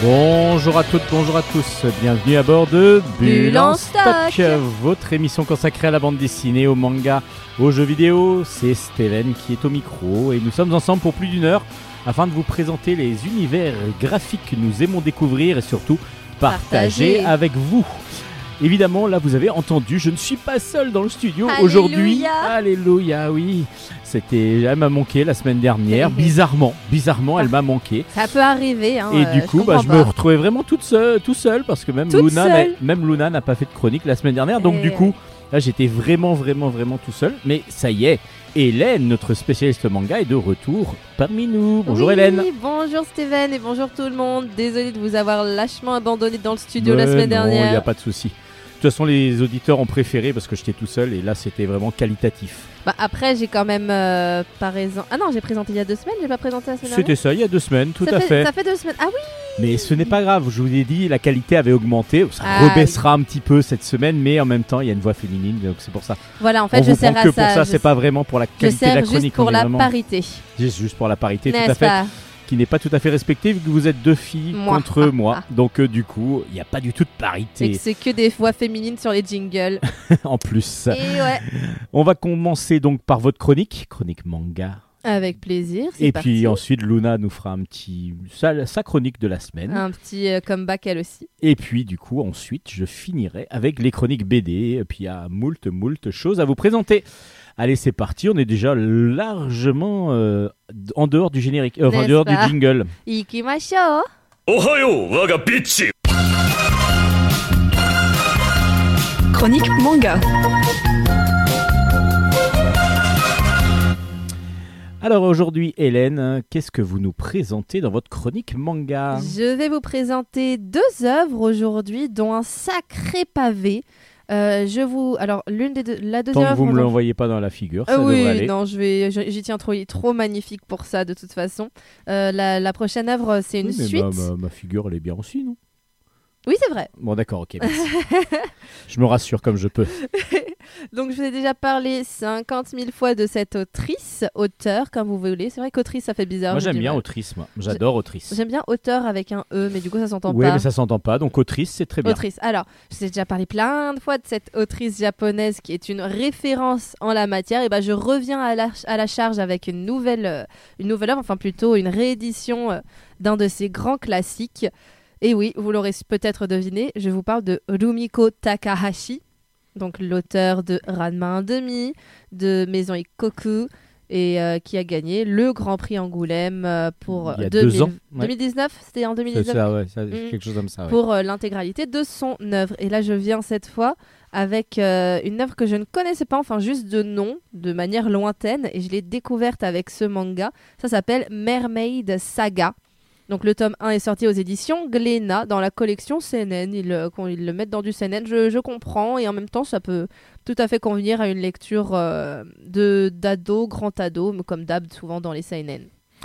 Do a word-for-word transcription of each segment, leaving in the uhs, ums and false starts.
Bonjour à toutes, bonjour à tous, bienvenue à bord de Bulle en Stock, votre émission consacrée à la bande dessinée, au manga, aux jeux vidéo. C'est Steven qui est au micro et nous sommes ensemble pour plus d'une heure afin de vous présenter les univers graphiques que nous aimons découvrir et surtout partager, partager. avec vous. Évidemment, là vous avez entendu, je ne suis pas seul dans le studio Alléluia. aujourd'hui. Alléluia, oui. C'était, elle m'a manqué la semaine dernière, bizarrement, bizarrement, elle m'a manqué. Ça peut arriver. Hein, et euh, du je coup, bah, je pas. me retrouvais vraiment toute seule, tout seul, parce que même toute Luna, n'a, seule. même Luna n'a pas fait de chronique la semaine dernière, donc et... du coup, là j'étais vraiment, vraiment, vraiment tout seul. Mais ça y est, Hélène, notre spécialiste manga, est de retour parmi nous. Bonjour oui, Hélène. Bonjour Steven et bonjour tout le monde. Désolée de vous avoir lâchement abandonné dans le studio Mais la semaine non, dernière. Il n'y a pas de souci. De toute façon, les auditeurs ont préféré parce que j'étais tout seul et là, c'était vraiment qualitatif. Bah après, j'ai quand même euh, par exemple. Ah non, j'ai présenté il y a deux semaines, j'ai pas présenté la semaine C'était dernière. ça, il y a deux semaines, tout ça à fait, fait. Ça fait deux semaines. Ah oui. Mais ce n'est pas grave, je vous ai dit, la qualité avait augmenté. Ça ah, rebaissera oui. un petit peu cette semaine, mais en même temps, il y a une voix féminine, donc c'est pour ça. Voilà, en fait, On je vous sers prend à que ça. pour ça, je c'est pas vraiment pour la qualité je de la sers chronique. Juste pour la vraiment... parité. Juste pour la parité, N'est-ce tout à fait. Pas qui n'est pas tout à fait respectée vu que vous êtes deux filles moi. contre ah, moi. Ah. Donc euh, du coup, il n'y a pas du tout de parité. Et que c'est que des voix féminines sur les jingles. En plus. Et ouais. On va commencer donc par votre chronique, chronique manga. Avec plaisir. Et parti. puis ensuite, Luna nous fera un petit sa, sa chronique de la semaine. Un petit euh, comeback elle aussi. Et puis du coup, ensuite, je finirai avec les chroniques B D. Et puis il y a moult, moult choses à vous présenter. Allez, c'est parti. On est déjà largement euh, en dehors du générique, euh, en dehors pas? du jingle. Ikimashou. Ohayo, waga bitchi. Chronique manga. Alors aujourd'hui, Hélène, qu'est-ce que vous nous présentez dans votre chronique manga ? Je vais vous présenter deux œuvres aujourd'hui, dont un sacré pavé. Euh, je vous, alors l'une des deux, la deuxième. Tant que vous œuvre, me dont... l'envoyez pas dans la figure, ça euh, devrait oui, aller. non, je vais, j'y tiens trop, il est trop magnifique pour ça de toute façon. Euh, la, la prochaine œuvre, c'est une oui, mais suite. Ma, ma, ma figure, elle est bien aussi, non ? Oui, c'est vrai. Bon, d'accord, ok, merci. Je me rassure comme je peux. Donc, je vous ai déjà parlé cinquante mille fois de cette autrice, auteur, comme vous voulez. C'est vrai qu'autrice, ça fait bizarre. Moi, j'aime bien mal. autrice, moi. J'adore autrice. J'aime bien auteur avec un E, mais du coup, ça s'entend ouais, pas. Oui, mais ça s'entend pas, donc autrice, c'est très bien. Autrice. Alors, je vous ai déjà parlé plein de fois de cette autrice japonaise qui est une référence en la matière. Et ben, je reviens à la, à la charge avec une nouvelle, euh, une nouvelle œuvre, enfin plutôt une réédition euh, d'un de ses grands classiques. Et oui, vous l'aurez peut-être deviné, je vous parle de Rumiko Takahashi, donc l'auteur de Ranma un demi, de Maison Ikkoku, et euh, qui a gagné le Grand Prix Angoulême euh, pour il y a deux mille... deux ans, ouais. deux mille dix-neuf, c'était en deux mille dix-neuf. C'est ça, ouais, ça, mmh. quelque chose comme ça. Ouais. Pour euh, l'intégralité de son œuvre. Et là, je viens cette fois avec euh, une œuvre que je ne connaissais pas, enfin juste de nom, de manière lointaine, et je l'ai découverte avec ce manga. Ça s'appelle Mermaid Saga. Donc le tome un est sorti aux éditions Glénat dans la collection C N N. Ils, euh, ils le mettent dans du C N N, je, je comprends. Et en même temps, ça peut tout à fait convenir à une lecture euh, de, d'ado, grand ado, comme d'hab souvent dans les C N N.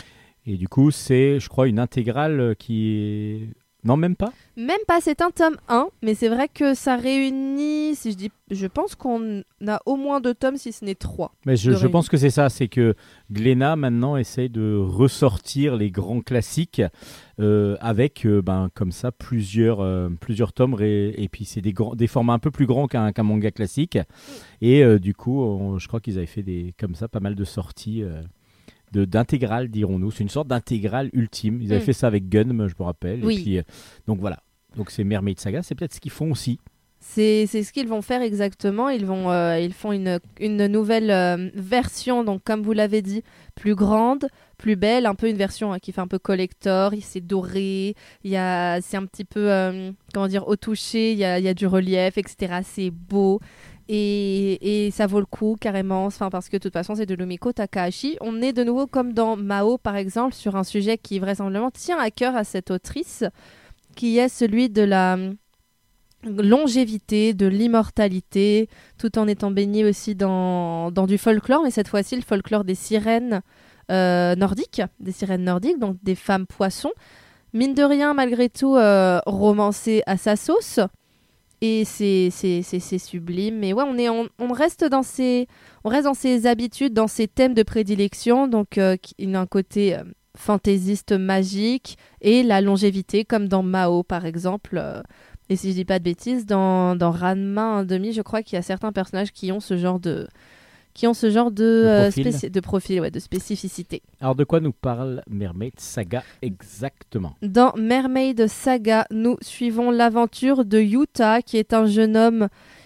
Et du coup, c'est, je crois, une intégrale qui est... Non, même pas ? Même pas, c'est un tome un, mais c'est vrai que ça réunit, si je dis, je pense qu'on a au moins deux tomes, si ce n'est trois. Mais je, je pense que c'est ça, c'est que Glénat maintenant essaye de ressortir les grands classiques euh, avec, euh, ben, comme ça, plusieurs, euh, plusieurs tomes, et, et puis c'est des, grands, des formats un peu plus grands qu'un, qu'un manga classique. Et euh, du coup, on, je crois qu'ils avaient fait des, comme ça pas mal de sorties... Euh, De, d'intégrale, dirons-nous. C'est une sorte d'intégrale ultime. Ils avaient mm. fait ça avec Gunm, je me rappelle. Oui. Et puis, euh, donc voilà. Donc c'est Mermaid Saga, c'est peut-être ce qu'ils font aussi. C'est, c'est ce qu'ils vont faire exactement. Ils, vont, euh, ils font une, une nouvelle euh, version, donc comme vous l'avez dit, plus grande, plus belle, un peu une version hein, qui fait un peu collector. C'est doré, il y a, c'est un petit peu, euh, comment dire, au toucher, il y a, il y a du relief, et cetera. C'est beau. Et, et ça vaut le coup carrément, enfin, parce que de toute façon c'est de Rumiko Takahashi. On est de nouveau comme dans Mao par exemple sur un sujet qui vraisemblablement tient à cœur à cette autrice, qui est celui de la longévité, de l'immortalité, tout en étant baigné aussi dans, dans du folklore, mais cette fois-ci le folklore des sirènes euh, nordiques, des sirènes nordiques, donc des femmes poissons. Mine de rien, malgré tout, euh, romancé à sa sauce. Et c'est, c'est, c'est, c'est sublime. Mais ouais, on, est, on, on, reste dans ses, on reste dans ses habitudes, dans ses thèmes de prédilection. Donc, euh, il y a un côté euh, fantaisiste magique et la longévité, comme dans Mao par exemple. Euh, et si je dis pas de bêtises, dans, dans Ranma un demi, je crois qu'il y a certains personnages qui ont ce genre de, qui ont ce genre de, De euh, profil. spéci- de profil, ouais, de spécificité. Alors de quoi nous parle Mermaid Saga exactement? Dans Mermaid Saga, nous suivons l'aventure de Yuta, qui est un jeune homme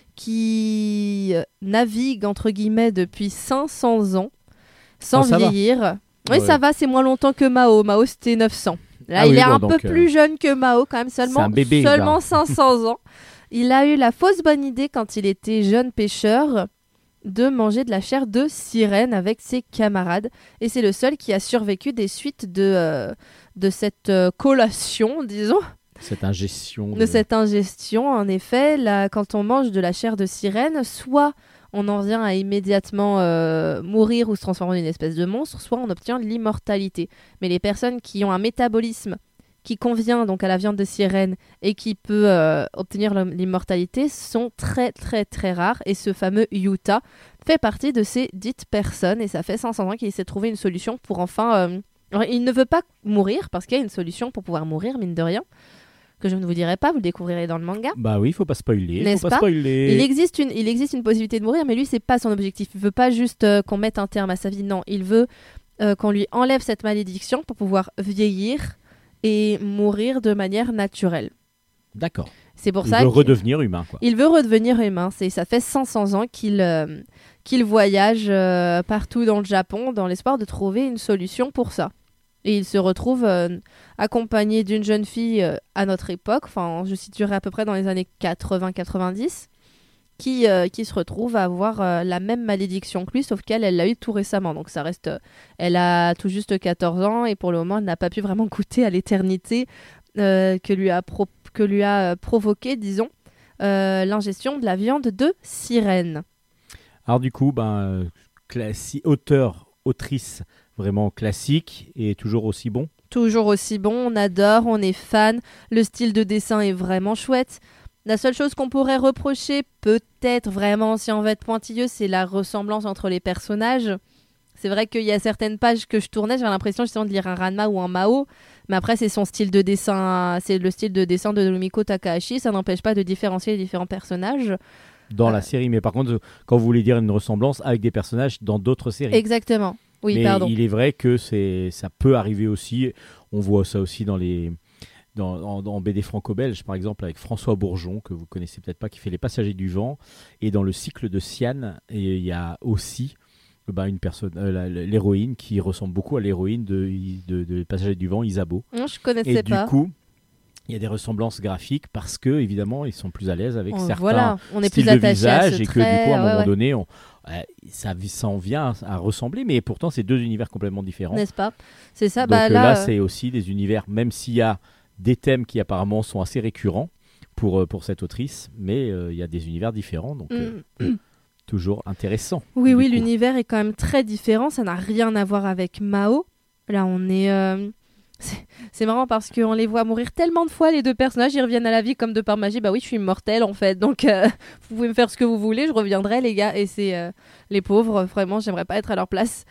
qui euh, navigue entre guillemets depuis cinq cents ans sans Oh, ça va. vieillir. Oui, Ouais. ça va, c'est moins longtemps que Mao. Mao, c'était neuf cents. Là, Ah il oui, est bon, un donc, peu euh, plus jeune que Mao, quand même, seulement, un bébé, seulement là. cinq cents ans. Il a eu la fausse bonne idée, quand il était jeune pêcheur, de manger de la chair de sirène avec ses camarades. Et c'est le seul qui a survécu des suites de, euh, de cette euh, collation, disons. Cette ingestion. De cette ingestion, en effet, là, quand on mange de la chair de sirène, soit on en vient à immédiatement euh, mourir ou se transformer en une espèce de monstre, soit on obtient l'immortalité. Mais les personnes qui ont un métabolisme qui convient donc à la viande de sirène et qui peut euh, obtenir l'immortalité sont très très très rares. Et ce fameux Yuta fait partie de ces dites personnes. Et ça fait cinq cents ans qu'il s'est trouvé une solution pour enfin... Euh... Alors, il ne veut pas mourir parce qu'il y a une solution pour pouvoir mourir, mine de rien, que je ne vous dirai pas, vous le découvrirez dans le manga. Bah oui, il faut pas spoiler. N'est-ce faut pas, pas spoiler. Il existe, une, il existe une possibilité de mourir, mais lui, c'est pas son objectif. Il veut pas juste euh, qu'on mette un terme à sa vie. Non, il veut euh, qu'on lui enlève cette malédiction pour pouvoir vieillir et mourir de manière naturelle. D'accord. C'est pour Il ça veut qu'il- redevenir humain, quoi. il veut redevenir humain. C'est, ça fait cinq cents ans qu'il, euh, qu'il voyage euh, partout dans le Japon dans l'espoir de trouver une solution pour ça. Et il se retrouve euh, accompagné d'une jeune fille euh, à notre époque, enfin je situerai à peu près dans les années quatre-vingts quatre-vingt-dix, qui, euh, qui se retrouve à avoir euh, la même malédiction que lui, sauf qu'elle, elle l'a eu tout récemment. Donc ça reste, euh, elle a tout juste quatorze ans et pour le moment elle n'a pas pu vraiment goûter à l'éternité euh, que lui a, pro- que lui a euh, provoqué, disons, euh, l'ingestion de la viande de sirène. Alors du coup, ben, euh, classi- auteur, autrice vraiment classique et toujours aussi bon. Toujours aussi bon, on adore, on est fan, le style de dessin est vraiment chouette. La seule chose qu'on pourrait reprocher, peut-être vraiment si on veut être pointilleux, c'est la ressemblance entre les personnages. C'est vrai qu'il y a certaines pages que je tournais, j'avais l'impression justement de lire un Ranma ou un Mao, mais après c'est son style de dessin, c'est le style de dessin de Rumiko Takahashi, ça n'empêche pas de différencier les différents personnages. Dans Euh. la série, mais par contre, quand vous voulez dire une ressemblance avec des personnages dans d'autres séries. Exactement. Oui, mais pardon. il est vrai que c'est, ça peut arriver aussi. On voit ça aussi dans les, dans, en, en B D franco-belge, par exemple, avec François Bourgeon, que vous connaissez peut-être pas, qui fait Les Passagers du Vent. Et dans le cycle de Sian, et il y a aussi bah, une personne, euh, la- l'héroïne qui ressemble beaucoup à l'héroïne de, de, de Les Passagers du Vent, Isabeau. Non, je connaissais Et pas. du coup, il y a des ressemblances graphiques parce que évidemment, ils sont plus à l'aise avec Oh, certains voilà, on est styles plus de attaché à visage ce et que du coup, trait, à un ouais, moment ouais. donné, on, euh, ça, ça en vient à, à ressembler, mais pourtant, c'est deux univers complètement différents. N'est-ce pas? C'est ça. Donc Bah, euh, là, là, euh, c'est aussi des univers, même s'il y a des thèmes qui apparemment sont assez récurrents pour, euh, pour cette autrice, mais euh, il y a des univers différents, donc euh, mm. toujours intéressant. Oui, du oui, coup. l'univers est quand même très différent. Ça n'a rien à voir avec Mao. Là, on est. euh, C'est c'est marrant parce qu'on les voit mourir tellement de fois, les deux personnages. Ils reviennent à la vie comme de par magie. Bah oui, je suis immortelle en fait. Donc, euh, vous pouvez me faire ce que vous voulez. Je reviendrai, les gars. Et c'est euh, les pauvres. Vraiment, j'aimerais pas être à leur place.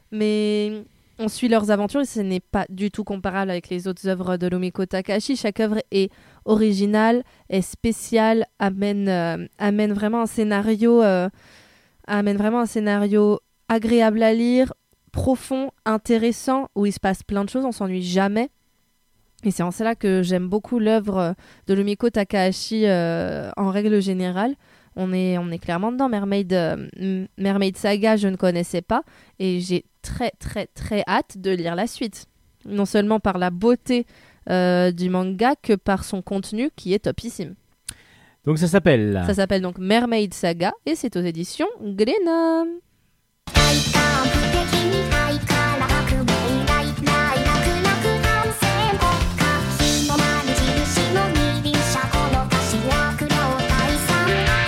Mais on suit leurs aventures et ce n'est pas du tout comparable avec les autres œuvres de Rumiko Takahashi. Chaque œuvre est originale, est spéciale, amène, euh, amène vraiment un scénario. euh, amène vraiment un scénario agréable à lire, profond, intéressant, où il se passe plein de choses, on s'ennuie jamais. Et c'est en cela que j'aime beaucoup l'œuvre de Rumiko Takahashi euh, en règle générale. On est, on est clairement dedans. Mermaid, euh, M- Mermaid Saga, je ne connaissais pas. Et j'ai très, très, très hâte de lire la suite. Non seulement par la beauté euh, du manga, que par son contenu qui est topissime. Donc ça s'appelle Ça s'appelle donc Mermaid Saga et c'est aux éditions Glénat. 体感的にハイカラ白明大大楽楽反省国家日の丸印の二輪車この菓子躍動退散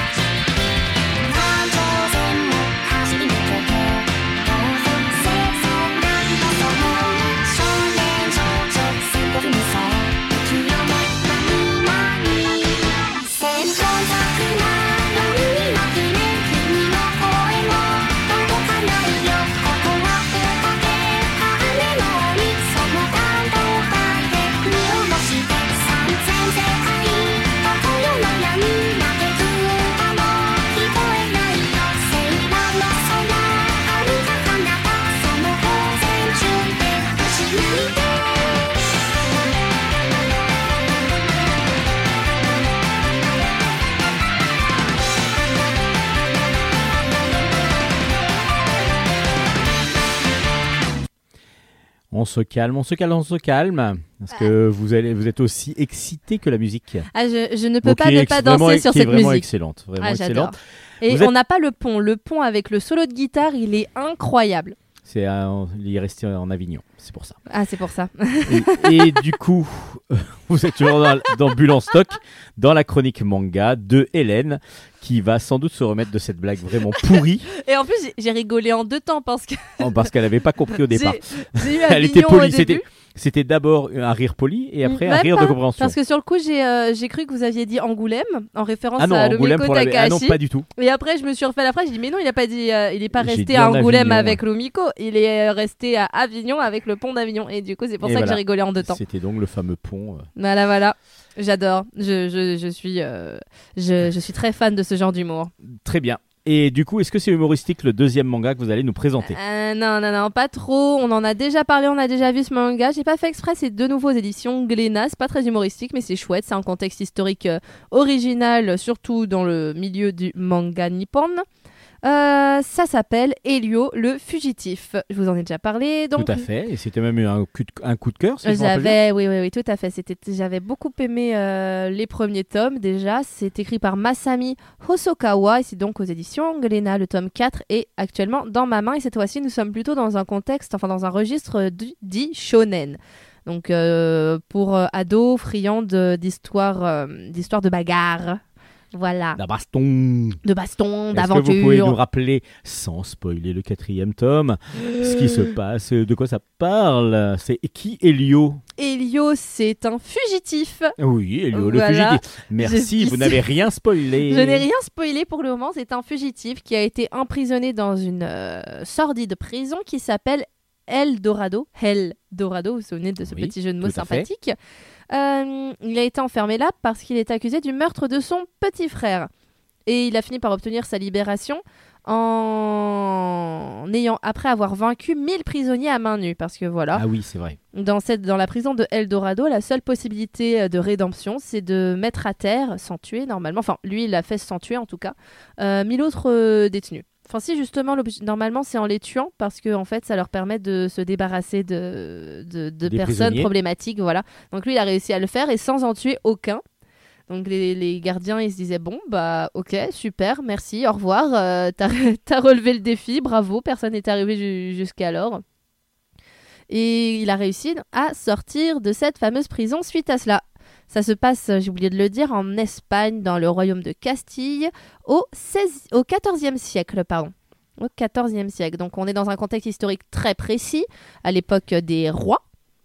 環状線も走り抜けて東北西線南のその少年少女戦国無双清め何々千本桜の海まくれ君の声も on se calme, on se calme, on se calme. Parce que vous, allez, vous êtes aussi excité que la musique. Ah, je, je ne peux Bon, pas qui ne est pas ex- vraiment- danser sur qui est cette vraiment musique. excellente. Vraiment Ah, j'adore. excellente. Et Vous on êtes- n'a pas le pont. Le pont avec le solo de guitare, il est incroyable. C'est un- il est resté en Avignon, c'est pour ça. Ah, c'est pour ça. Et, et du coup, vous êtes toujours dans, dans Bulle en stock, dans la chronique manga de Hélène, qui va sans doute se remettre de cette blague vraiment pourrie, Et en plus, j'ai- j'ai rigolé en deux temps parce que oh, parce qu'elle n'avait pas compris au départ. j'ai j'ai eu Elle était Avignon polie. au C'était, début. c'était d'abord un rire poli et après un Même rire pas, de compréhension. Parce que sur le coup, j'ai euh, j'ai cru que vous aviez dit Angoulême en référence Ah non, à Angoulême Lomiko pour la... Ah non, Takahashi. pas du tout. Et après, je me suis refait la phrase. J'ai dit mais non, il a pas dit, euh, il est pas J'ai resté dit à en Angoulême Avignon, avec Lomiko. Il est euh, resté à Avignon avec le pont d'Avignon. Et du coup, c'est pour Et ça voilà. que j'ai rigolé en deux temps. C'était donc le fameux pont. euh. Voilà, voilà. J'adore. Je, je, je suis, euh, je, je suis très fan de ce genre d'humour. Très bien. Et du coup, est-ce que c'est humoristique le deuxième manga que vous allez nous présenter? Euh, non, non, non, pas trop. On en a déjà parlé, on a déjà vu ce manga. J'ai pas fait exprès, c'est de nouveau aux éditions Glénat. C'est pas très humoristique, mais c'est chouette. C'est un contexte historique euh, original, surtout dans le milieu du manga nippon. Euh, ça s'appelle Elio le fugitif. Je vous en ai déjà parlé. Donc, Tout à fait. Et c'était même un coup de, un coup de cœur, si je me rappelle bien. J'avais, oui, oui, oui, tout à fait. C'était, j'avais beaucoup aimé euh, les premiers tomes déjà. C'est écrit par Masami Hosokawa et c'est donc aux éditions Glénat. Le tome quatre est actuellement dans ma main et cette fois-ci, nous sommes plutôt dans un contexte, enfin dans un registre du- dit shonen. Donc euh, pour euh, ados friands de- d'histoires, euh, d'histoires de bagarre. Voilà, La baston. de baston, Est-ce que vous pouvez nous d'aventure. rappeler, sans spoiler le quatrième tome, ce qui se passe, de quoi ça parle? C'est qui Elio? Elio, c'est un fugitif. Oui, Elio Voilà. le fugitif. Merci, Jusqu'ici. vous n'avez rien spoilé. Je n'ai rien spoilé pour le moment. C'est un fugitif qui a été emprisonné dans une euh, sordide prison qui s'appelle El Dorado. El Dorado, vous vous souvenez de ce Oui, petit jeu de mots tout à fait. sympathique. Euh, il a été enfermé là parce qu'il est accusé du meurtre de son petit frère. Et il a fini par obtenir sa libération en ayant, après avoir vaincu mille prisonniers à main nue. Parce que voilà, Ah oui, c'est vrai. dans, cette, dans la prison de El Dorado, la seule possibilité euh, de rédemption, c'est de mettre à terre, sans tuer normalement, enfin lui il a fait sans tuer en tout cas, euh, mille autres euh, détenus. Enfin si justement, l'obje- normalement c'est en les tuant parce que en fait ça leur permet de se débarrasser de, de, de Des personnes prisonniers. problématiques. Voilà. Donc lui il a réussi à le faire et sans en tuer aucun. Donc les, les gardiens ils se disaient bon bah ok super merci au revoir euh, t'as, t'as relevé le défi bravo personne n'est arrivé ju- jusqu'alors. Et il a réussi à sortir de cette fameuse prison suite à cela. Ça se passe, j'ai oublié de le dire, en Espagne, dans le royaume de Castille, au, seize au quatorzième siècle. Pardon. Au quatorzième siècle. Donc on est dans un contexte historique très précis, à l'époque des rois,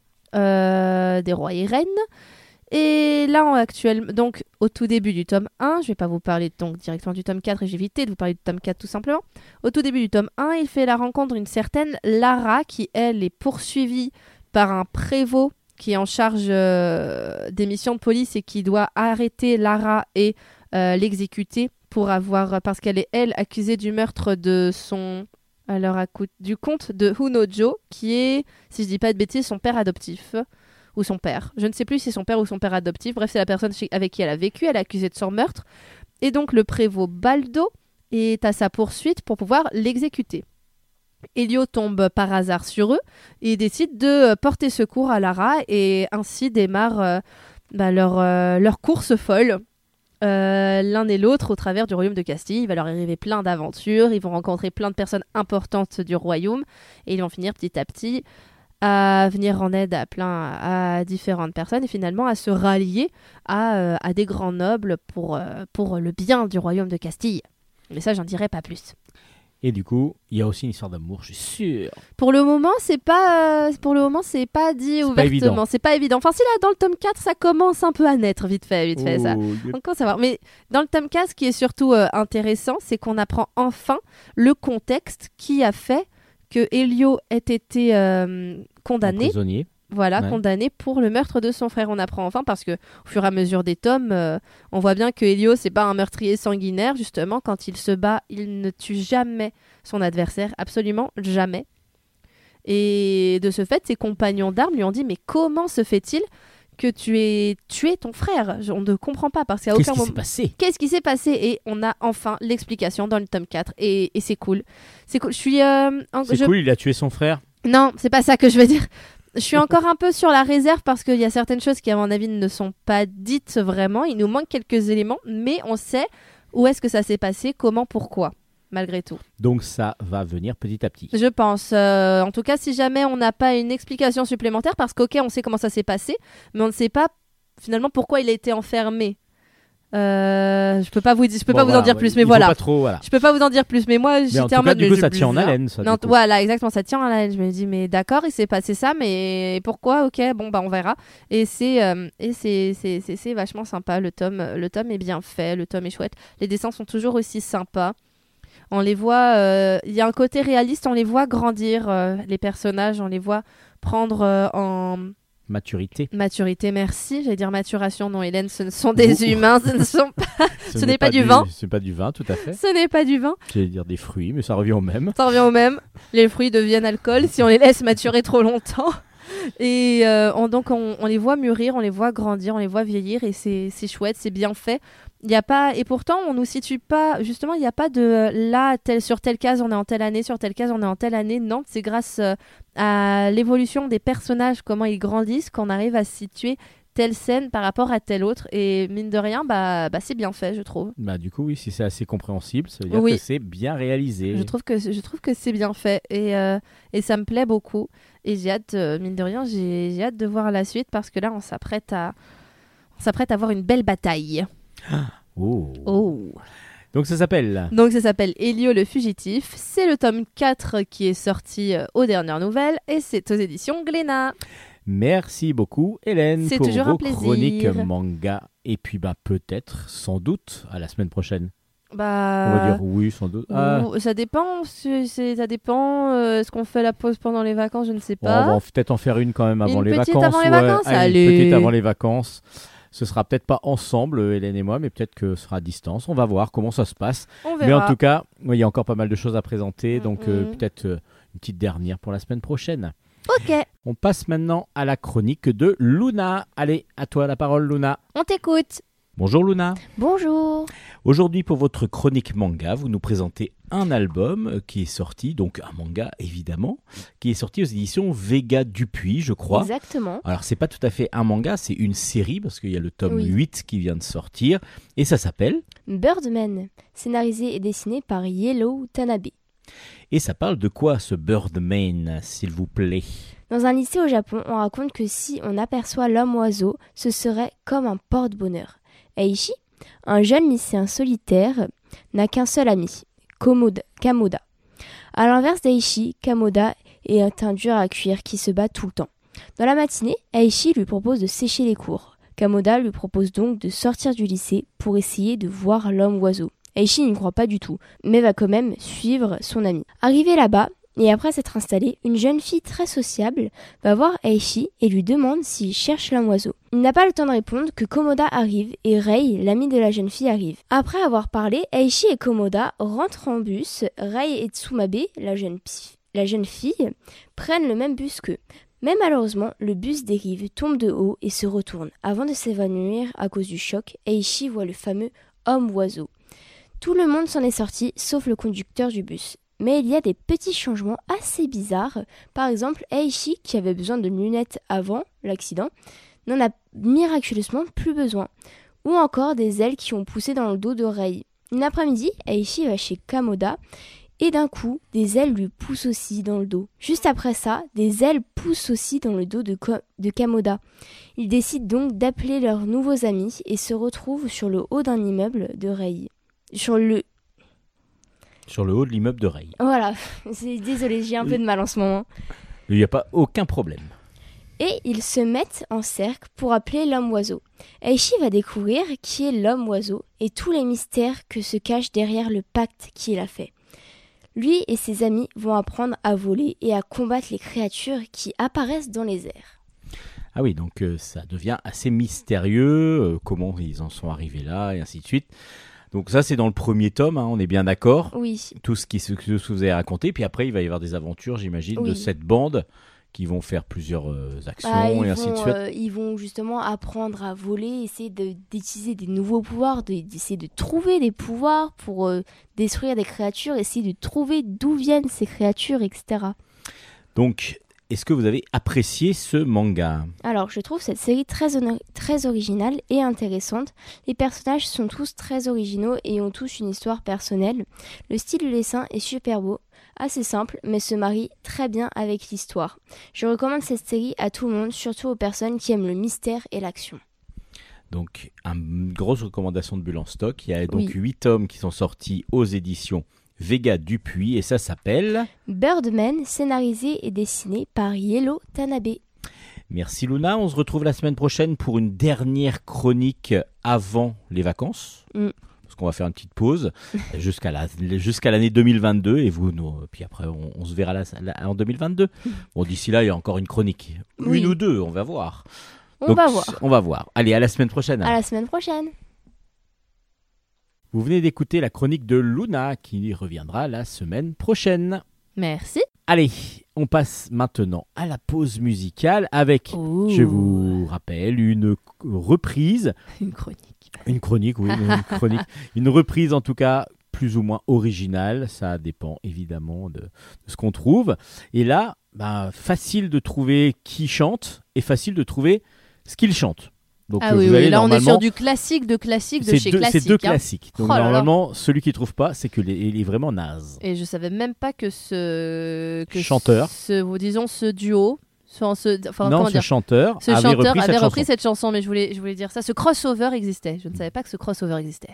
euh, des rois et reines. Et là, en actuel, donc au tout début du tome un, je vais pas vous parler donc directement du tome quatre et j'ai évité de vous parler du tome quatre tout simplement. Au tout début du tome un, il fait la rencontre d'une certaine Lara qui, elle, est poursuivie par un prévôt qui est en charge euh, des missions de police et qui doit arrêter Lara et euh, l'exécuter pour avoir, parce qu'elle est, elle, accusée du meurtre de son, alors à coup, du comte de Hunojo, qui est, si je dis pas de bêtises, son père adoptif. Ou son père. Je ne sais plus si c'est son père ou son père adoptif. Bref, c'est la personne chez- avec qui elle a vécu. Elle est accusée de son meurtre. Et donc, le prévôt Baldo est à sa poursuite pour pouvoir l'exécuter. Elio tombe par hasard sur eux et décide de euh, porter secours à Lara et ainsi démarre euh, bah, leur, euh, leur course folle. Euh, l'un et l'autre au travers du royaume de Castille. Il va leur arriver plein d'aventures. Ils vont rencontrer plein de personnes importantes du royaume et ils vont finir petit à petit à venir en aide à plein à différentes personnes et finalement à se rallier à, euh, à des grands nobles pour, euh, pour le bien du royaume de Castille. Mais ça, j'en dirai pas plus. Et du coup, il y a aussi une histoire d'amour, je suis sûr. Pour le moment, c'est pas euh, pour le moment, c'est pas dit C'est pas évident. ouvertement, c'est pas évident. Enfin si là dans le tome quatre, ça commence un peu à naître vite fait, vite fait ça. Oh, yep. On commence à voir. Mais dans le tome quatre, ce qui est surtout euh, intéressant, c'est qu'on apprend enfin le contexte qui a fait que Elio ait été euh, condamné, Prisonnier. voilà, Ouais. condamné pour le meurtre de son frère. On apprend enfin parce que au fur et à mesure des tomes, euh, on voit bien que Elio c'est pas un meurtrier sanguinaire. Justement, quand il se bat, il ne tue jamais son adversaire, absolument jamais. Et de ce fait, ses compagnons d'armes lui ont dit mais comment se fait-il que tu aies tué ton frère? On ne comprend pas parce qu'à Qu'est-ce aucun qui moment. s'est passé? Qu'est-ce qui s'est passé? Et on a enfin l'explication dans le tome quatre. Et, et c'est cool. C'est cool. Je suis. euh, en- C'est je- cool, il a tué son frère. Non, c'est pas ça que je veux dire. Je suis encore un peu sur la réserve parce qu'il y a certaines choses qui, à mon avis, ne sont pas dites vraiment. Il nous manque quelques éléments, mais on sait où est-ce que ça s'est passé, comment, pourquoi, malgré tout. Donc ça va venir petit à petit. Je pense. Euh, en tout cas, si jamais on n'a pas une explication supplémentaire, parce qu'ok, on sait comment ça s'est passé, mais on ne sait pas finalement pourquoi il a été enfermé. Euh, je peux pas vous dire, je peux Bon, pas voilà, vous en dire ouais, plus, il mais faut voilà. Pas trop, voilà. Je peux pas vous en dire plus, mais moi Mais en j'étais tout en cas, mode. du mais coup, je- ça tient en bizarre. haleine. Ça, Non, du coup. voilà, exactement, ça tient en haleine. Je me dis, mais d'accord, il s'est passé ça, mais pourquoi? Ok, bon, bah on verra. Et c'est euh, et c'est, c'est, c'est, c'est vachement sympa. Le tome, le tome est bien fait, le tome est chouette. Les dessins sont toujours aussi sympas. On les voit, euh, il y a un côté réaliste, on les voit grandir, euh, les personnages, on les voit prendre euh, en Maturité. maturité, merci. J'allais dire maturation, non Hélène, ce ne sont des Vous- humains, ce ne sont pas, ce n'est pas du vin. Ce n'est pas du vin, tout à fait. ce n'est pas du vin. J'allais dire des fruits, mais ça revient au même. Ça revient au même. Les fruits deviennent alcool si on les laisse maturer trop longtemps. Et euh, on, donc on, on les voit mûrir, on les voit grandir, on les voit vieillir et c'est, c'est chouette, c'est bien fait. Il y a pas et pourtant on nous situe pas justement, il n'y a pas de euh, là tel, sur telle case on est en telle année, sur telle case on est en telle année. Non, c'est grâce euh, à l'évolution des personnages, comment ils grandissent, qu'on arrive à situer telle scène par rapport à telle autre. Et mine de rien, bah, bah c'est bien fait, je trouve. Bah, du coup, oui, si c'est assez compréhensible, ça veut dire Oui. que c'est bien réalisé. Je trouve que je trouve que c'est bien fait et euh, et ça me plaît beaucoup et j'ai hâte euh, mine de rien j'ai, j'ai hâte de voir la suite parce que là on s'apprête à on s'apprête à avoir une belle bataille. Oh. Oh. Donc ça s'appelle Donc ça s'appelle Elio le fugitif, c'est le tome quatre qui est sorti euh, aux dernières nouvelles et c'est aux éditions Glénat. Merci beaucoup, Hélène, C'est pour toujours vos un plaisir. chroniques manga. Et puis, bah, peut-être, sans doute, à la semaine prochaine. Bah On va dire oui, sans doute. Ah, ou- ça dépend, c'est, c'est- ça dépend. euh, est-ce qu'on fait la pause pendant les vacances? Je ne sais bon, pas. on va en- peut-être en faire une quand même avant Une les petite vacances. avant les ouais. vacances, Allez, allez. Une petite avant les vacances. Ce sera peut-être pas ensemble, Hélène et moi, mais peut-être que ce sera à distance. On va voir comment ça se passe. On Mais verra. en tout cas, ouais, il y a encore pas mal de choses à présenter. Donc, euh, Mhm. peut-être euh, une petite dernière pour la semaine prochaine. Ok, On passe maintenant à la chronique de Luna. Allez, à toi la parole, Luna. on t'écoute. Bonjour, Luna. Bonjour. Aujourd'hui, pour votre chronique manga, vous nous présentez un album euh, qui est sorti, donc un manga évidemment, qui est sorti aux éditions Vega Dupuis, je crois. Exactement. Alors, c'est pas tout à fait un manga, c'est une série, parce qu'il y a le tome Oui. huit qui vient de sortir, et ça s'appelle, Birdman, scénarisé et dessiné par Yellow Tanabe. et ça parle de quoi ce Birdman, s'il vous plaît? Dans un lycée au Japon, on raconte que si on aperçoit l'homme-oiseau, ce serait comme un porte-bonheur. Eishi, un jeune lycéen solitaire, n'a qu'un seul ami, Komoda, Kamoda. A l'inverse d'Eishi, Kamoda est un dur à cuire qui se bat tout le temps. Dans la matinée, Eishi lui propose de sécher les cours. Kamoda lui propose donc de sortir du lycée pour essayer de voir l'homme-oiseau. Eishi n'y croit pas du tout, mais va quand même suivre son ami. Arrivé là-bas, et après s'être installée, une jeune fille très sociable va voir Eishi et lui demande s'il cherche l'homme-oiseau. Il n'a pas le temps de répondre que Komoda arrive et Rei, l'ami de la jeune fille, arrive. Après avoir parlé, Eishi et Komoda rentrent en bus. Rei et Tsumabe, la jeune, pi- la jeune fille, prennent le même bus qu'eux. Mais malheureusement, le bus dérive, tombe de haut et se retourne. Avant de s'évanouir à cause du choc, Eishi voit le fameux homme-oiseau. Tout le monde s'en est sorti, sauf le conducteur du bus. Mais il y a des petits changements assez bizarres. Par exemple, Eishi, qui avait besoin de lunettes avant l'accident, n'en a miraculeusement plus besoin. Ou encore des ailes qui ont poussé dans le dos de Rei. Une après-midi, Eishi va chez Kamoda et d'un coup, des ailes lui poussent aussi dans le dos. Juste après ça, des ailes poussent aussi dans le dos de, Ko- de Kamoda. Ils décident donc d'appeler leurs nouveaux amis et se retrouvent sur le haut d'un immeuble de Rei. Sur le... Sur le haut de l'immeuble de Rei. Voilà, c'est... désolé, j'ai un peu de mal en ce moment. Il n'y a pas aucun problème. Et ils se mettent en cercle pour appeler l'homme-oiseau. Eishi va découvrir qui est l'homme-oiseau et tous les mystères que se cachent derrière le pacte qu'il a fait. Lui et ses amis vont apprendre à voler et à combattre les créatures qui apparaissent dans les airs. Ah oui, donc euh, ça devient assez mystérieux, euh, comment ils en sont arrivés là, et ainsi de suite. Donc ça, c'est dans le premier tome, hein, on est bien d'accord. Oui, Tout ce qui se, que je vous ai raconté. Puis après, il va y avoir des aventures, j'imagine, de Oui. cette bande qui vont faire plusieurs euh, actions bah, ils, et ainsi de vont, suite. euh, ils vont justement apprendre à voler, essayer de, d'utiliser des nouveaux pouvoirs, de- d'essayer de trouver des pouvoirs pour euh, détruire des créatures, essayer de trouver d'où viennent ces créatures, et cetera. Donc, est-ce que vous avez apprécié ce manga ? Alors, je trouve cette série très, ono- très originale et intéressante. Les personnages sont tous très originaux et ont tous une histoire personnelle. Le style du dessin est super beau, assez simple, mais se marie très bien avec l'histoire. Je recommande cette série à tout le monde, surtout aux personnes qui aiment le mystère et l'action. Donc, une grosse recommandation de Bulle en stock. Il y a donc Oui. huit tomes qui sont sortis aux éditions Vega Dupuis et ça s'appelle... Birdman, scénarisé et dessiné par Yellow Tanabe. Merci Luna, on se retrouve la semaine prochaine pour une dernière chronique avant les vacances. Mm. Parce qu'on va faire une petite pause jusqu'à, la, jusqu'à l'année deux mille vingt-deux et vous, nous, puis après on, on se verra la, la, en deux mille vingt-deux. Bon, d'ici là, il y a encore une chronique. Oui. Une ou deux, on va voir. On Donc, va voir. On va voir. Allez, à la semaine prochaine. À la semaine prochaine. Vous venez d'écouter la chronique de Luna qui reviendra la semaine prochaine. Merci. Allez, on passe maintenant à la pause musicale avec, Ouh. je vous rappelle, une reprise, Une chronique. une chronique, oui, une chronique, une reprise en tout cas plus ou moins originale, ça dépend évidemment de, de ce qu'on trouve. Et là, bah, facile de trouver qui chante et facile de trouver ce qu'il chante. Donc, Ah euh, oui, vous oui, allez là on est normalement- sur du classique de classique de c'est chez deux, classique. c'est deux hein. classiques. Donc Oh là là. normalement, celui qui trouve pas, c'est que les- il est vraiment naze. Et je savais même pas que ce que Chanteur. ce, disons ce duo, ce, ce- enfin non, comment ce dire, chanteur ce avait chanteur repris avait cette repris chanson. cette chanson, mais je voulais, je voulais dire ça, ce crossover existait. Je ne savais pas que ce crossover existait.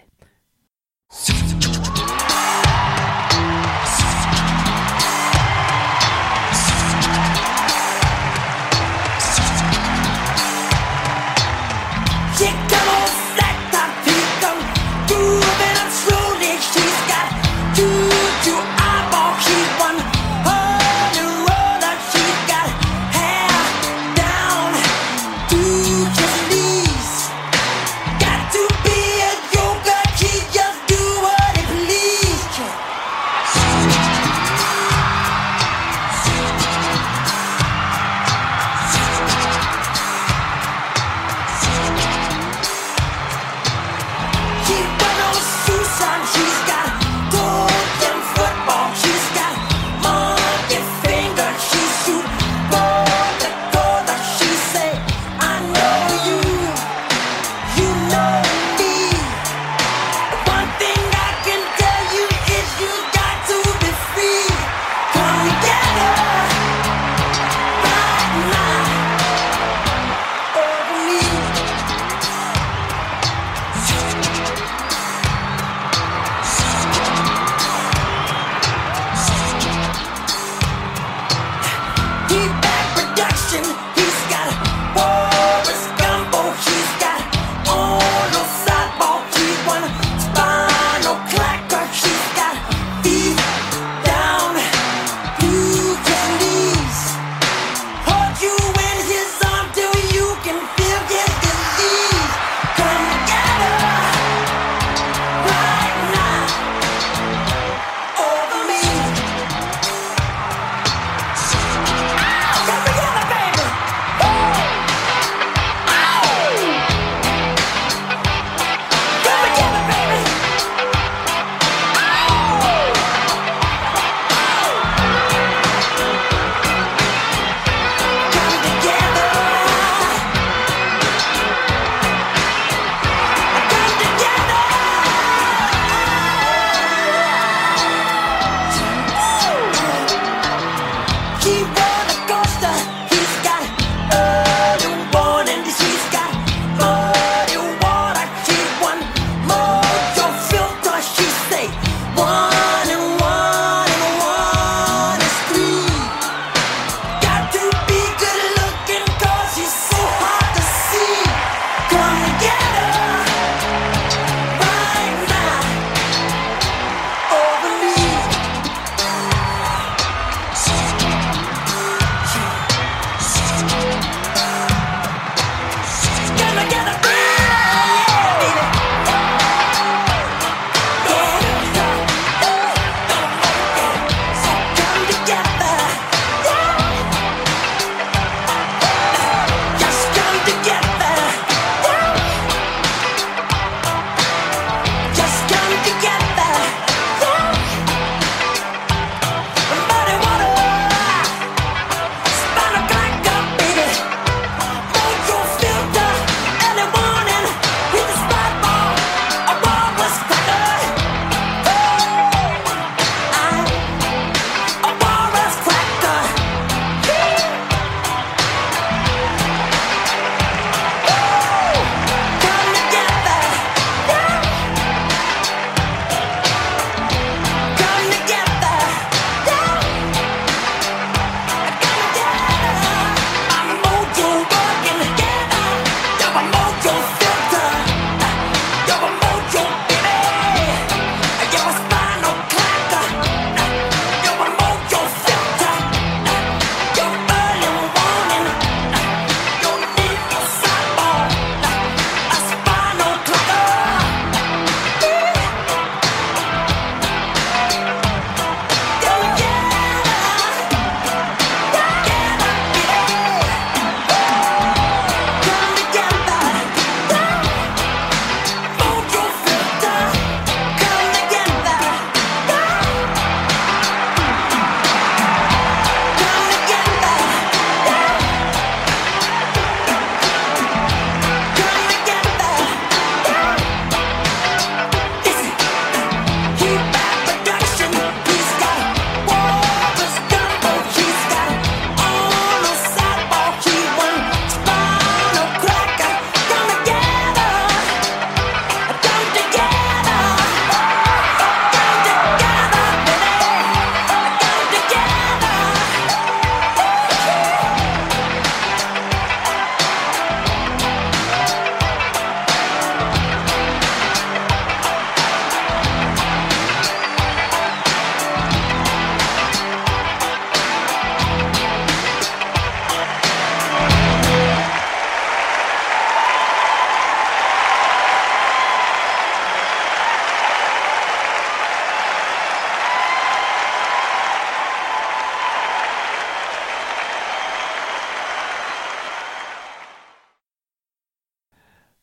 She come on flat top, he come moving up slowly. She's got juju eyeball. She's one holy roller. She's got hair down to his knees. Got to be a yoga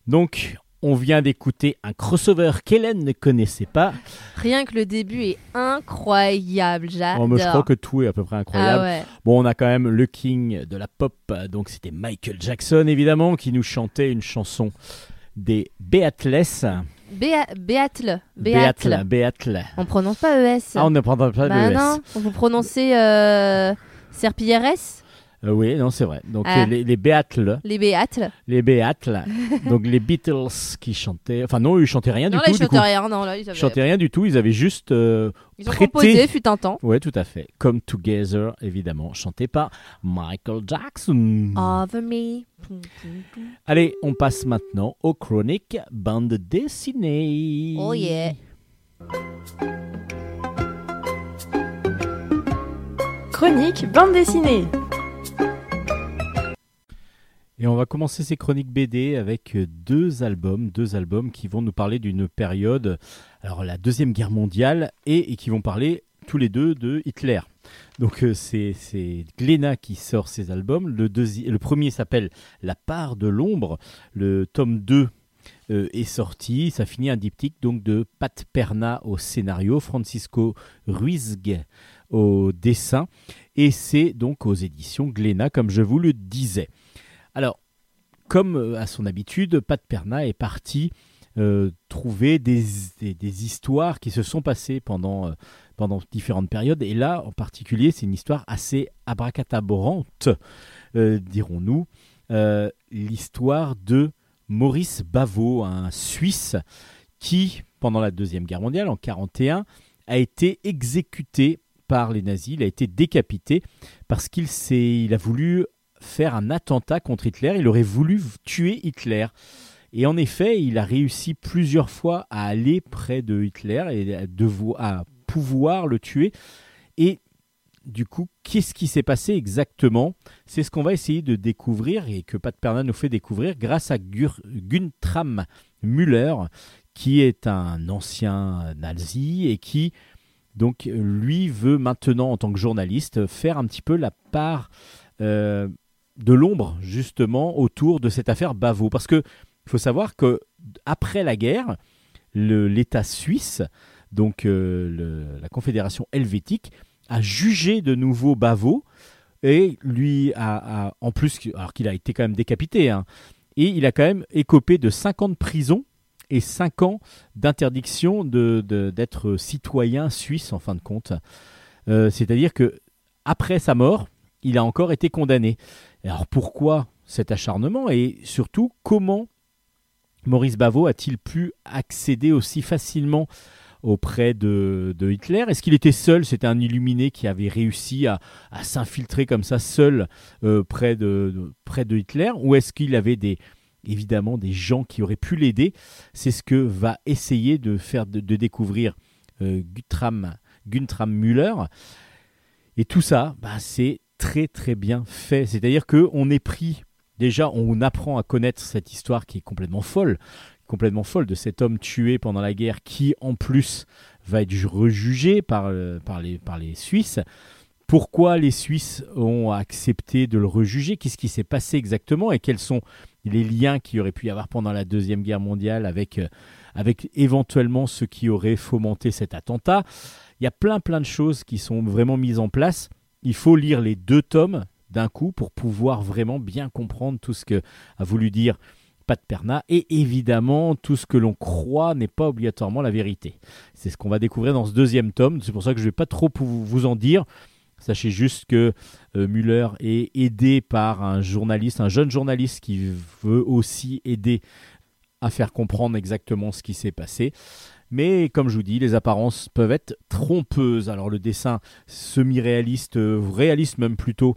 Donc, on vient d'écouter un crossover qu'Hélène ne connaissait pas. Rien que le début est incroyable, j'adore. Oh, mais je crois que tout est à peu près incroyable. Ah ouais. Bon, on a quand même le king de la pop, donc c'était Michael Jackson, évidemment, qui nous chantait une chanson des Beatles. Béa- Béatle. Béatle. Béatle. Béatle. On prononce pas E S. Ah, on ne prendra pas Bah le non, S. vous prononcez euh, Serpillères, Euh, oui, non, c'est vrai. Donc, Ah. euh, les, les Beatles, les Béatles. les Beatles, donc les Beatles qui chantaient... Enfin, non, ils chantaient rien Non, du là, tout, ils du coup. chantaient rien. Non, là, ils Ils avaient... chantaient rien du tout, ils avaient juste... euh, Ils ont prêté. composé, fut un temps. Ouais, tout à fait. Come Together, évidemment, chanté par Michael Jackson. Over me. Allez, on passe maintenant aux chroniques bande dessinée. Oh yeah. Chronique bande dessinée. Et on va commencer ces chroniques B D avec deux albums, deux albums qui vont nous parler d'une période, alors la Deuxième Guerre mondiale, et, et qui vont parler tous les deux de Hitler. Donc euh, c'est, c'est Glénat qui sort ces albums. Le, deuxi- le premier s'appelle La part de l'ombre. Le tome deux euh, est sorti. Ça finit un diptyque donc de Pat Perna au scénario, Francisco Ruizg au dessin. Et c'est donc aux éditions Glénat, comme je vous le disais. Alors, comme euh, à son habitude, Pat Perna est parti euh, trouver des, des, des histoires qui se sont passées pendant, euh, pendant différentes périodes. Et là, en particulier, c'est une histoire assez abracadabrante, euh, dirons-nous. Euh, l'histoire de Maurice Bavo, un Suisse qui, pendant la Deuxième Guerre mondiale, en quarante et un, a été exécuté par les nazis. Il a été décapité parce qu'il s'est, il a voulu faire un attentat contre Hitler. Il aurait voulu tuer Hitler. Et en effet, il a réussi plusieurs fois à aller près de Hitler et à, devoir, à pouvoir le tuer. Et du coup, qu'est-ce qui s'est passé exactement ? C'est ce qu'on va essayer de découvrir et que Pat Perna nous fait découvrir grâce à Gur- Guntram Müller, qui est un ancien nazi et qui, donc, lui veut maintenant, en tant que journaliste, faire un petit peu la part euh, de l'ombre, justement, autour de cette affaire Bavo. Parce que il faut savoir qu'après la guerre, le, l'État suisse, donc euh, le, la Confédération helvétique, a jugé de nouveau Bavo et lui a, a en plus, alors qu'il a été quand même décapité, hein, et il a quand même écopé de cinq ans de prison et cinq ans d'interdiction de, de, d'être citoyen suisse en fin de compte. Euh, c'est-à-dire que après sa mort, il a encore été condamné. Alors pourquoi cet acharnement et surtout comment Maurice Bavo a-t-il pu accéder aussi facilement auprès de, de Hitler ? Est-ce qu'il était seul ? C'était un illuminé qui avait réussi à, à s'infiltrer comme ça seul euh, près, de, de, près de Hitler ? Ou est-ce qu'il avait des, évidemment des gens qui auraient pu l'aider ? C'est ce que va essayer de faire de, de découvrir euh, Guntram, Guntram Müller. Et tout ça, bah, c'est très très bien fait. C'est-à-dire qu'on est pris, déjà on apprend à connaître cette histoire qui est complètement folle, complètement folle de cet homme tué pendant la guerre qui en plus va être rejugé par, euh, par, les, par les Suisses. Pourquoi les Suisses ont accepté de le rejuger ? Qu'est-ce qui s'est passé exactement ? Et quels sont les liens qu'il y aurait pu y avoir pendant la Deuxième Guerre mondiale avec, euh, avec éventuellement ceux qui auraient fomenté cet attentat ? Il y a plein plein de choses qui sont vraiment mises en place. Il faut lire les deux tomes d'un coup pour pouvoir vraiment bien comprendre tout ce que a voulu dire Pat Perna. Et évidemment, tout ce que l'on croit n'est pas obligatoirement la vérité. C'est ce qu'on va découvrir dans ce deuxième tome. C'est pour ça que je ne vais pas trop vous en dire. Sachez juste que euh, Müller est aidé par un journaliste, un jeune journaliste qui veut aussi aider à faire comprendre exactement ce qui s'est passé. Mais comme je vous dis, les apparences peuvent être trompeuses. Alors le dessin semi-réaliste, euh, réaliste même plutôt,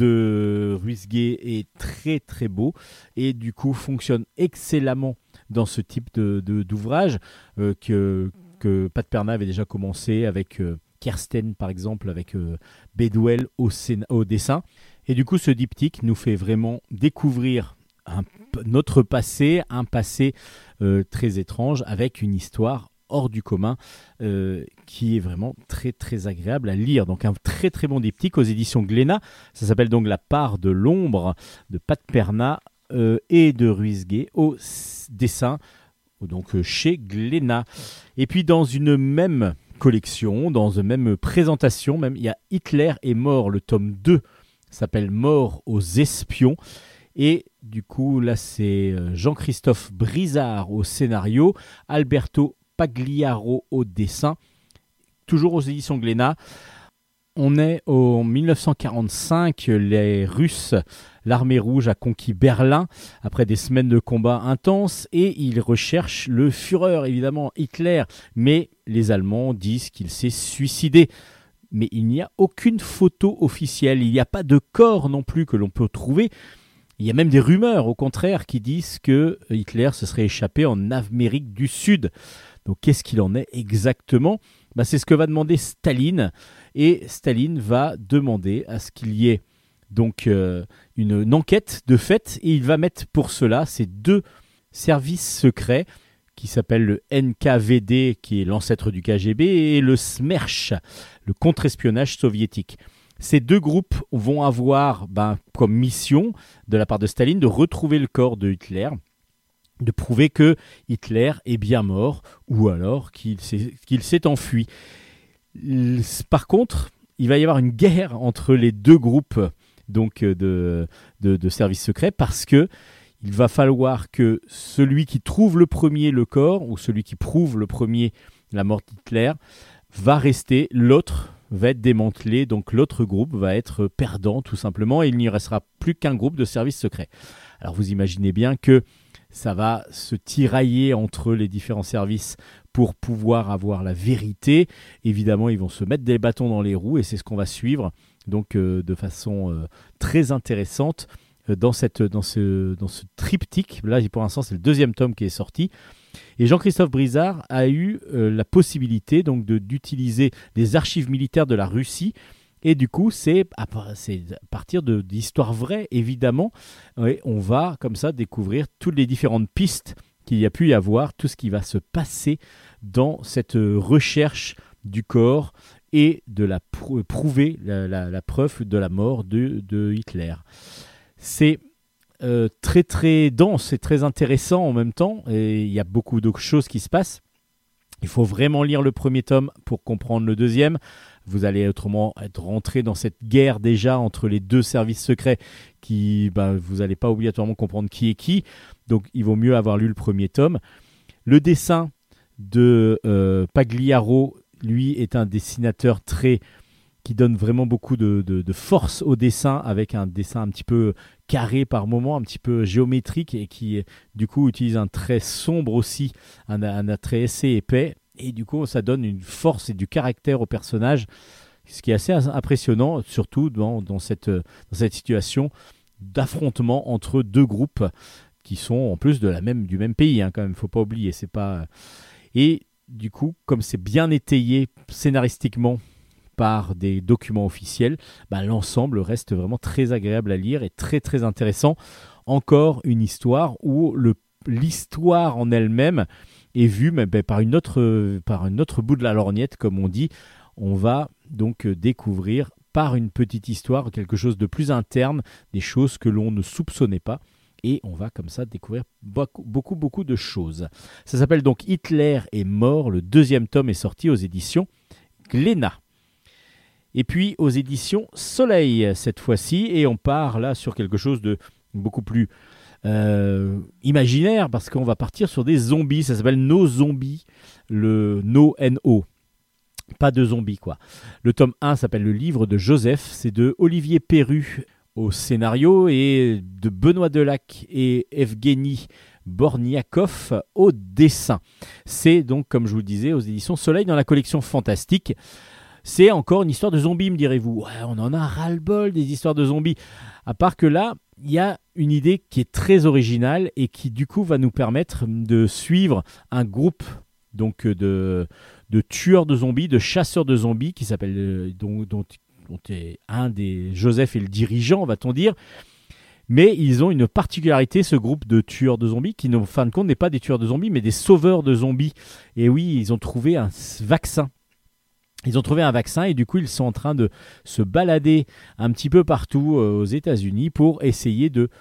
de Ruizguet est très très beau et du coup fonctionne excellemment dans ce type de, de, d'ouvrage euh, que, que Pat Perna avait déjà commencé avec euh, Kersten par exemple, avec euh, Bedwell au, scén- au dessin. Et du coup ce diptyque nous fait vraiment découvrir un, notre passé, un passé euh, très étrange avec une histoire hors du commun, euh, qui est vraiment très très agréable à lire. Donc un très très bon diptyque aux éditions Glénat. Ça s'appelle donc La part de l'ombre de Pat Perna euh, et de Ruizguet au s- dessin, donc euh, chez Glénat. Et puis dans une même collection, dans une même présentation, même, il y a Hitler est mort, le tome deux s'appelle Mort aux espions. Et du coup, là, c'est euh, Jean-Christophe Brizard au scénario, Alberto Pagliaro au dessin, toujours aux éditions Glénat. On est en dix-neuf cent quarante-cinq, les Russes, l'armée rouge a conquis Berlin après des semaines de combats intenses et ils recherchent le Führer, évidemment Hitler, mais les Allemands disent qu'il s'est suicidé. Mais il n'y a aucune photo officielle, il n'y a pas de corps non plus que l'on peut trouver. Il y a même des rumeurs, au contraire, qui disent que Hitler se serait échappé en Amérique du Sud. Donc qu'est-ce qu'il en est exactement ? Bah, c'est ce que va demander Staline. Et Staline va demander à ce qu'il y ait donc euh, une, une enquête de fait. Et il va mettre pour cela ces deux services secrets qui s'appellent le N K V D, qui est l'ancêtre du K G B, et le SMERSH, le contre-espionnage soviétique. Ces deux groupes vont avoir ben, comme mission, de la part de Staline, de retrouver le corps de Hitler, de prouver que Hitler est bien mort ou alors qu'il s'est, qu'il s'est enfui. Par contre, il va y avoir une guerre entre les deux groupes donc, de, de, de services secrets parce que il va falloir que celui qui trouve le premier le corps ou celui qui prouve le premier la mort d'Hitler va rester, l'autre va être démantelé, donc l'autre groupe va être perdant tout simplement et il n'y restera plus qu'un groupe de services secrets. Alors vous imaginez bien que ça va se tirailler entre les différents services pour pouvoir avoir la vérité. Évidemment, ils vont se mettre des bâtons dans les roues et c'est ce qu'on va suivre donc euh, de façon euh, très intéressante euh, dans, cette, dans, ce, dans ce triptyque. Là, pour l'instant, c'est le deuxième tome qui est sorti. Et Jean-Christophe Brizard a eu euh, la possibilité donc, de, d'utiliser des archives militaires de la Russie. Et du coup, c'est à, c'est à partir de, d'histoires vraies, évidemment. Ouais, on va comme ça découvrir toutes les différentes pistes qu'il y a pu y avoir, tout ce qui va se passer dans cette recherche du corps et de la prou- prouver la, la, la preuve de la mort de, de Hitler. C'est euh, très très dense et très intéressant en même temps, et il y a beaucoup d'autres choses qui se passent. Il faut vraiment lire le premier tome pour comprendre le deuxième. Vous allez autrement être rentré dans cette guerre déjà entre les deux services secrets qui, ben, vous n'allez pas obligatoirement comprendre qui est qui. Donc il vaut mieux avoir lu le premier tome. Le dessin de euh, Pagliaro, lui, est un dessinateur très qui donne vraiment beaucoup de, de, de force au dessin, avec un dessin un petit peu carré par moment, un petit peu géométrique, et qui du coup utilise un trait sombre aussi, un, un trait assez épais, et du coup ça donne une force et du caractère au personnage, ce qui est assez impressionnant, surtout dans, dans, cette, dans cette situation d'affrontement entre deux groupes qui sont en plus de la même, du même pays, hein, quand même, il ne faut pas oublier. C'est pas... Et du coup, comme c'est bien étayé scénaristiquement par des documents officiels, bah, l'ensemble reste vraiment très agréable à lire et très très intéressant. Encore une histoire où le, l'histoire en elle-même est vue mais, bah, par, une autre, par un autre bout de la lorgnette, comme on dit. On va donc découvrir par une petite histoire quelque chose de plus interne, des choses que l'on ne soupçonnait pas. Et on va comme ça découvrir beaucoup, beaucoup, beaucoup de choses. Ça s'appelle donc Hitler est mort. Le deuxième tome est sorti aux éditions Glénat. Et puis aux éditions Soleil cette fois-ci. Et on part là sur quelque chose de beaucoup plus euh, imaginaire parce qu'on va partir sur des zombies. Ça s'appelle No Zombies, le No N O. Pas de zombies quoi. Le tome un s'appelle Le Livre de Joseph. C'est de Olivier Perru au scénario et de Benoît Delac et Evgeny Borniakov au dessin. C'est donc, comme je vous le disais, aux éditions Soleil dans la collection Fantastique. C'est encore une histoire de zombies, me direz-vous. Ouais, on en a ras-le-bol des histoires de zombies. À part que là, il y a une idée qui est très originale et qui du coup va nous permettre de suivre un groupe donc, de, de tueurs de zombies, de chasseurs de zombies qui s'appelle dont, dont dont est un des Joseph est le dirigeant, va-t-on dire. Mais ils ont une particularité, ce groupe de tueurs de zombies, qui, en fin de compte, n'est pas des tueurs de zombies, mais des sauveurs de zombies. Et oui, ils ont trouvé un vaccin. Ils ont trouvé un vaccin et du coup, ils sont en train de se balader un petit peu partout euh, aux États-Unis pour essayer de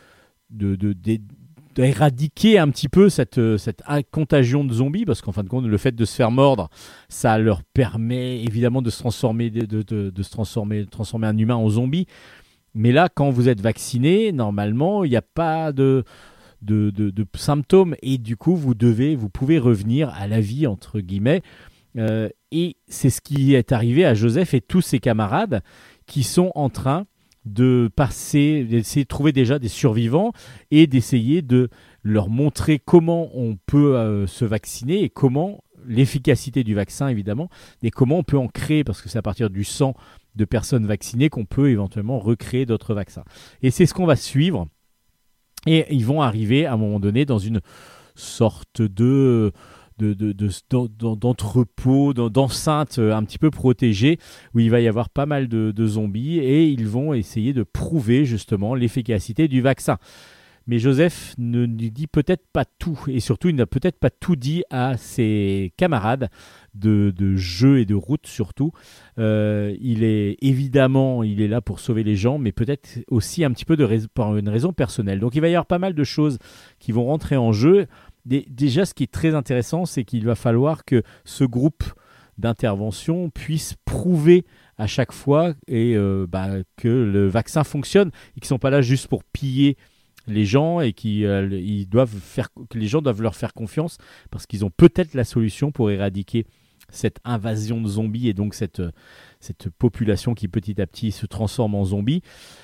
de, de, de d'éradiquer un petit peu cette, cette contagion de zombies, parce qu'en fin de compte, le fait de se faire mordre, ça leur permet évidemment de se transformer, de, de, de, de se transformer, de transformer un humain en zombie. Mais là, quand vous êtes vacciné, normalement, il n'y a pas de, de, de, de symptômes, et du coup, vous devez, vous pouvez revenir à la vie, entre guillemets. Euh, et c'est ce qui est arrivé à Joseph et tous ses camarades qui sont en train de passer, d'essayer de trouver déjà des survivants et d'essayer de leur montrer comment on peut euh, se vacciner et comment l'efficacité du vaccin, évidemment, et comment on peut en créer, parce que c'est à partir du sang de personnes vaccinées qu'on peut éventuellement recréer d'autres vaccins. Et c'est ce qu'on va suivre. Et ils vont arriver à un moment donné dans une sorte de... De, de, de, d'entrepôt, d'enceinte un petit peu protégée, où il va y avoir pas mal de, de zombies, et ils vont essayer de prouver justement l'efficacité du vaccin. Mais Joseph ne dit peut-être pas tout, et surtout il n'a peut-être pas tout dit à ses camarades de, de jeu et de route surtout. Euh, il est évidemment il est là pour sauver les gens, mais peut-être aussi un petit peu de rais- pour une raison personnelle. Donc il va y avoir pas mal de choses qui vont rentrer en jeu. Déjà, ce qui est très intéressant, c'est qu'il va falloir que ce groupe d'intervention puisse prouver à chaque fois et, euh, bah, que le vaccin fonctionne et qu'ils ne sont pas là juste pour piller les gens, et qu'ils, euh, ils doivent faire, que les gens doivent leur faire confiance parce qu'ils ont peut-être la solution pour éradiquer cette invasion de zombies et donc cette, cette population qui petit à petit se transforme en zombies.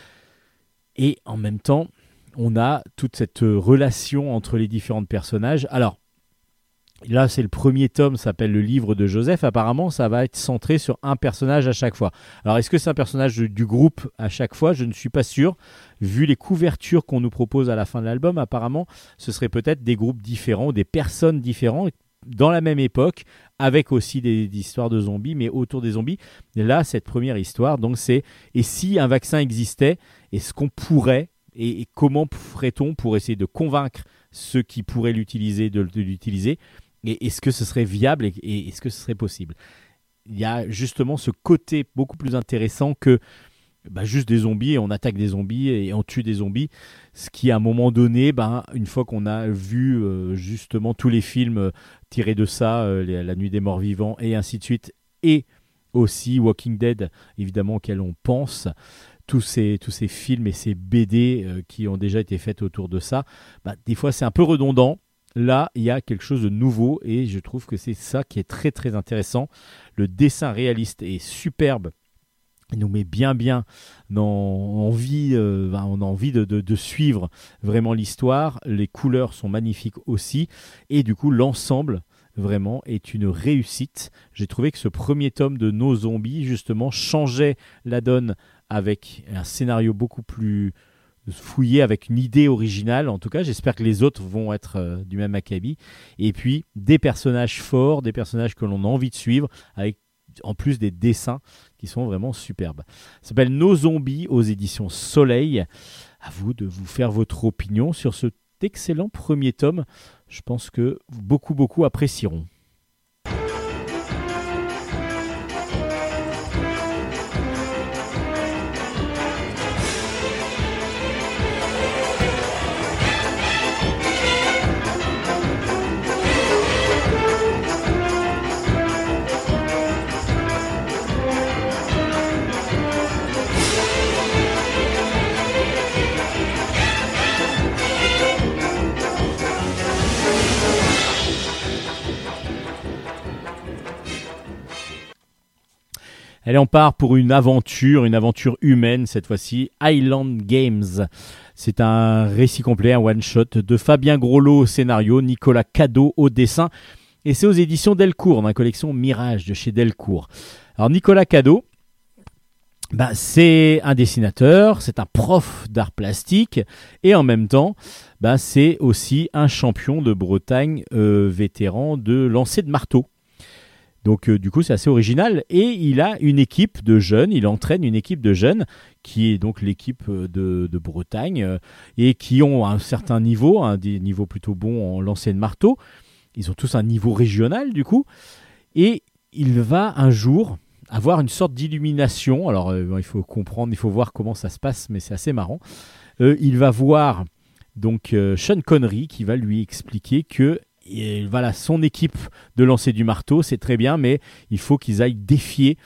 Et en même temps, on a toute cette relation entre les différents personnages. Alors, là, c'est le premier tome, ça s'appelle le livre de Joseph. Apparemment, ça va être centré sur un personnage à chaque fois. Alors, est-ce que c'est un personnage du, du groupe à chaque fois ? Je ne suis pas sûr. Vu les couvertures qu'on nous propose à la fin de l'album, apparemment, ce serait peut-être des groupes différents, des personnes différentes, dans la même époque, avec aussi des, des histoires de zombies, mais autour des zombies. Et là, cette première histoire, donc c'est « Et si un vaccin existait, est-ce qu'on pourrait Et, et comment ferait-on pour essayer de convaincre ceux qui pourraient l'utiliser de, de l'utiliser ? Et est-ce que ce serait viable et, et est-ce que ce serait possible ? Il y a justement ce côté beaucoup plus intéressant que bah, juste des zombies, et on attaque des zombies et on tue des zombies. Ce qui, à un moment donné, bah, une fois qu'on a vu euh, justement tous les films euh, tirés de ça, euh, les, La Nuit des Morts Vivants et ainsi de suite, et aussi Walking Dead, évidemment, auquel on pense, tous ces, tous ces films et ces B D euh, qui ont déjà été faits autour de ça, bah, des fois c'est un peu redondant. Là, il y a quelque chose de nouveau et je trouve que c'est ça qui est très très intéressant. Le dessin réaliste est superbe. Il nous met bien bien dans envie, euh, ben, on a envie de, de, de suivre vraiment l'histoire. Les couleurs sont magnifiques aussi et du coup l'ensemble vraiment est une réussite. J'ai trouvé que ce premier tome de Nos Zombies justement changeait la donne avec un scénario beaucoup plus fouillé, avec une idée originale. En tout cas, j'espère que les autres vont être euh, du même acabit. Et puis, des personnages forts, des personnages que l'on a envie de suivre, avec en plus des dessins qui sont vraiment superbes. Ça s'appelle Nos Zombies aux éditions Soleil. À vous de vous faire votre opinion sur cet excellent premier tome. Je pense que beaucoup, beaucoup apprécieront. Allez, on part pour une aventure, une aventure humaine cette fois-ci, Highland Games. C'est un récit complet, un one-shot de Fabien Groslot au scénario, Nicolas Cadot au dessin. Et c'est aux éditions Delcourt, dans la collection Mirage de chez Delcourt. Alors Nicolas Cadot, bah, c'est un dessinateur, c'est un prof d'art plastique et en même temps, bah, c'est aussi un champion de Bretagne euh, vétéran de lancer de marteau. Donc euh, du coup c'est assez original et il a une équipe de jeunes, il entraîne une équipe de jeunes qui est donc l'équipe de, de Bretagne euh, et qui ont un certain niveau, un des niveaux plutôt bons en lancer de marteau. Ils ont tous un niveau régional du coup et il va un jour avoir une sorte d'illumination. Alors euh, il faut comprendre, il faut voir comment ça se passe mais c'est assez marrant. Euh, il va voir donc euh, Sean Connery qui va lui expliquer que et, voilà, son équipe de lancer du marteau, c'est très bien, mais il faut qu'ils aillent défier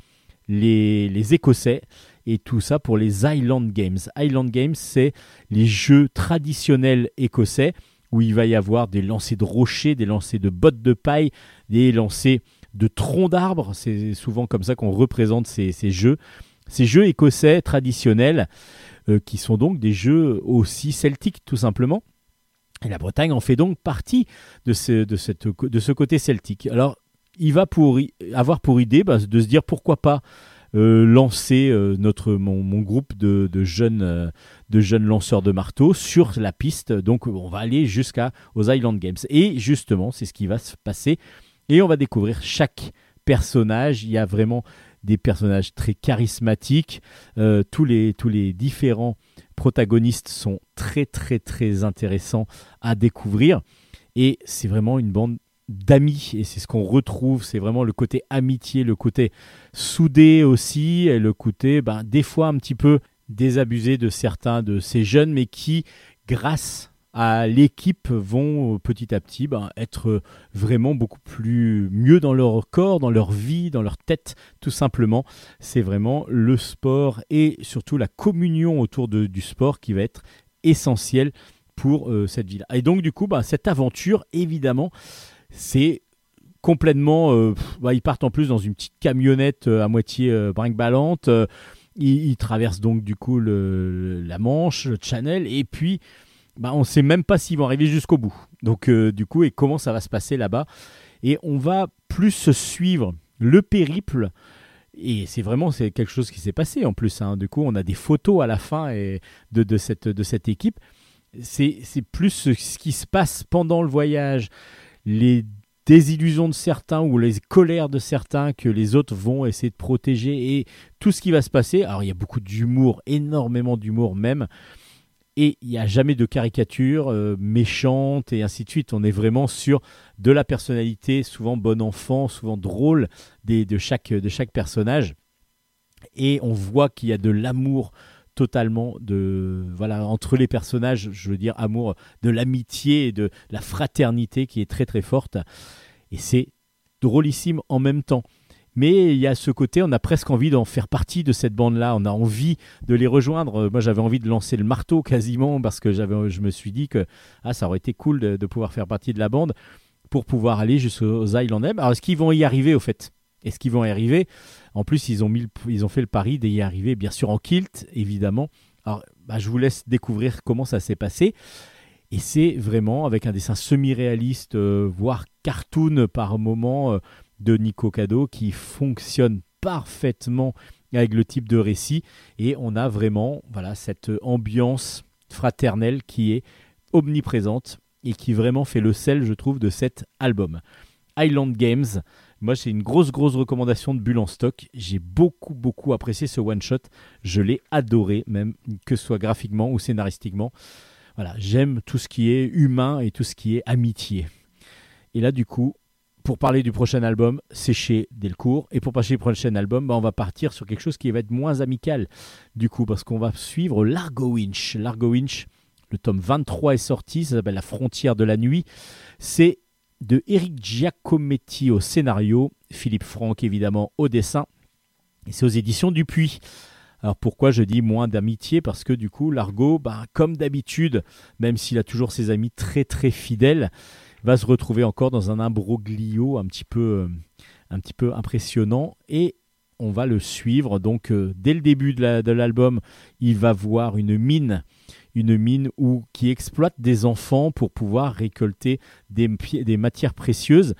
les, les Écossais, et tout ça pour les Highland Games. Highland Games, c'est les jeux traditionnels écossais où il va y avoir des lancers de rochers, des lancers de bottes de paille, des lancers de troncs d'arbres. C'est souvent comme ça qu'on représente ces, ces jeux. Ces jeux écossais traditionnels euh, qui sont donc des jeux aussi celtiques tout simplement. Et la Bretagne en fait donc partie de ce, de cette, de ce côté celtique. Alors, il va pour, avoir pour idée bah, de se dire pourquoi pas Euh, lancer euh, notre, mon, mon groupe de, de, jeunes, euh, de jeunes lanceurs de marteau sur la piste. Donc on va aller jusqu'aux Highland Games. Et justement, c'est ce qui va se passer. Et on va découvrir chaque personnage. Il y a vraiment des personnages très charismatiques. Euh, tous, les, tous les différents protagonistes sont très très très intéressants à découvrir. Et c'est vraiment une bande d'amis, et c'est ce qu'on retrouve, c'est vraiment le côté amitié, le côté soudé aussi, et le côté ben, des fois un petit peu désabusé de certains de ces jeunes, mais qui, grâce à l'équipe, vont petit à petit ben, être vraiment beaucoup plus mieux dans leur corps, dans leur vie, dans leur tête, tout simplement. C'est vraiment le sport et surtout la communion autour de, du sport qui va être essentielle pour euh, cette vie-là. Et donc du coup, ben, cette aventure, évidemment, c'est complètement... Euh, bah, ils partent en plus dans une petite camionnette euh, à moitié euh, brinque-ballante. Euh, ils, ils traversent donc du coup le, la Manche, le Channel, et puis bah, on ne sait même pas s'ils vont arriver jusqu'au bout. Donc euh, du coup, et comment ça va se passer là-bas. Et on va plus suivre le périple. Et c'est vraiment c'est quelque chose qui s'est passé en plus. Hein. Du coup, on a des photos à la fin et de, de, cette, de cette équipe. C'est, c'est plus ce, ce qui se passe pendant le voyage, les désillusions de certains ou les colères de certains que les autres vont essayer de protéger et tout ce qui va se passer. Alors, il y a beaucoup d'humour, énormément d'humour même. Et il n'y a jamais de caricature euh, méchante et ainsi de suite. On est vraiment sur de la personnalité, souvent bon enfant, souvent drôle des, de, chaque, de chaque personnage. Et on voit qu'il y a de l'amour totalement de, voilà, entre les personnages, je veux dire amour de l'amitié et de la fraternité qui est très très forte. Et c'est drôlissime en même temps. Mais il y a ce côté, on a presque envie d'en faire partie de cette bande-là, on a envie de les rejoindre. Moi, j'avais envie de lancer le marteau quasiment parce que j'avais, je me suis dit que ah, ça aurait été cool de, de pouvoir faire partie de la bande pour pouvoir aller jusqu'aux Highland Games. Alors, est-ce qu'ils vont y arriver au fait ? Est-ce qu'ils vont y arriver ? En plus, ils ont, mis le, ils ont fait le pari d'y arriver, bien sûr en kilt, évidemment. Alors, bah, je vous laisse découvrir comment ça s'est passé. Et c'est vraiment avec un dessin semi-réaliste, euh, voire cartoon par moment, euh, de Nico Cado qui fonctionne parfaitement avec le type de récit. Et on a vraiment voilà, cette ambiance fraternelle qui est omniprésente et qui vraiment fait le sel, je trouve, de cet album. Highland Games, moi c'est une grosse grosse recommandation de Bulle en stock. J'ai beaucoup beaucoup apprécié ce one shot, je l'ai adoré même, que ce soit graphiquement ou scénaristiquement. Voilà, j'aime tout ce qui est humain et tout ce qui est amitié. Et là du coup, pour parler du prochain album, c'est chez Delcourt. Et pour parler du prochain album, bah, on va partir sur quelque chose qui va être moins amical du coup, parce qu'on va suivre Largo Winch. Largo Winch, le tome vingt-trois est sorti, ça s'appelle La frontière de la nuit. C'est de Eric Giacometti au scénario, Philippe Franck évidemment au dessin, et c'est aux éditions Dupuis. Alors pourquoi je dis moins d'amitié ? Parce que du coup Largo, bah, comme d'habitude, même s'il a toujours ses amis très très fidèles, va se retrouver encore dans un imbroglio un petit peu, un petit peu impressionnant, et on va le suivre. Donc euh, dès le début de, la, de l'album, il va voir une mine une mine où, qui exploite des enfants pour pouvoir récolter des, des matières précieuses.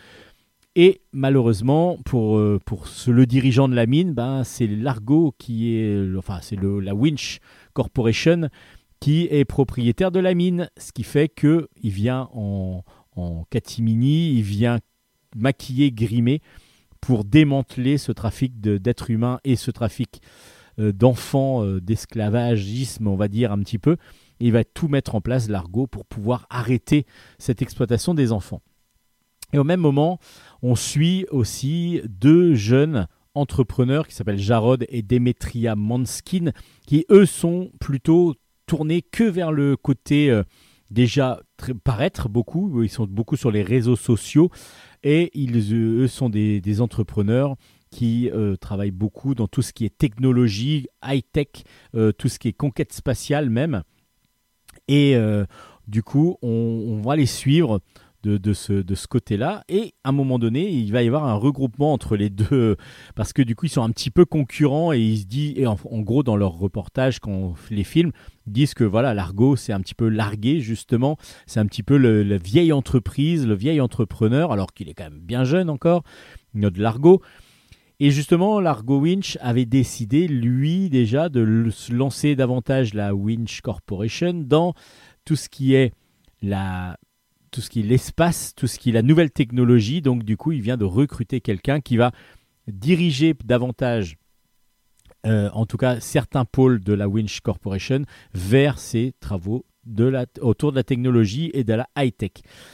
Et malheureusement, pour, euh, pour ce, le dirigeant de la mine, ben, c'est Largo qui est, enfin c'est le, la Winch Corporation qui est propriétaire de la mine, ce qui fait qu'il vient en, en catimini, il vient maquiller, grimer pour démanteler ce trafic de, d'êtres humains et ce trafic euh, d'enfants, euh, d'esclavagisme, on va dire un petit peu. Et il va tout mettre en place, Largo, pour pouvoir arrêter cette exploitation des enfants. Et au même moment, on suit aussi deux jeunes entrepreneurs qui s'appellent Jarod et Demetria Manskin, qui eux sont plutôt tournés que vers le côté euh, déjà très, paraître beaucoup. Ils sont beaucoup sur les réseaux sociaux et ils, eux, sont des, des entrepreneurs qui euh, travaillent beaucoup dans tout ce qui est technologie, high-tech, euh, tout ce qui est conquête spatiale même. Et euh, du coup, on, on va les suivre de, de, ce, de ce côté-là. Et à un moment donné, il va y avoir un regroupement entre les deux, parce que du coup, ils sont un petit peu concurrents et ils se disent, et en, en gros, dans leur reportage, quand on fait les films, ils disent que voilà, Largo, c'est un petit peu largué, justement. C'est un petit peu le, la vieille entreprise, le vieil entrepreneur, alors qu'il est quand même bien jeune encore, notre Largo. Et justement, Largo Winch avait décidé, lui, déjà, de se lancer davantage la Winch Corporation dans tout ce qui est la, tout ce qui est l'espace, tout ce qui est la nouvelle technologie. Donc, du coup, il vient de recruter quelqu'un qui va diriger davantage, euh, en tout cas, certains pôles de la Winch Corporation vers ces travaux de la, autour de la technologie et de la high-tech.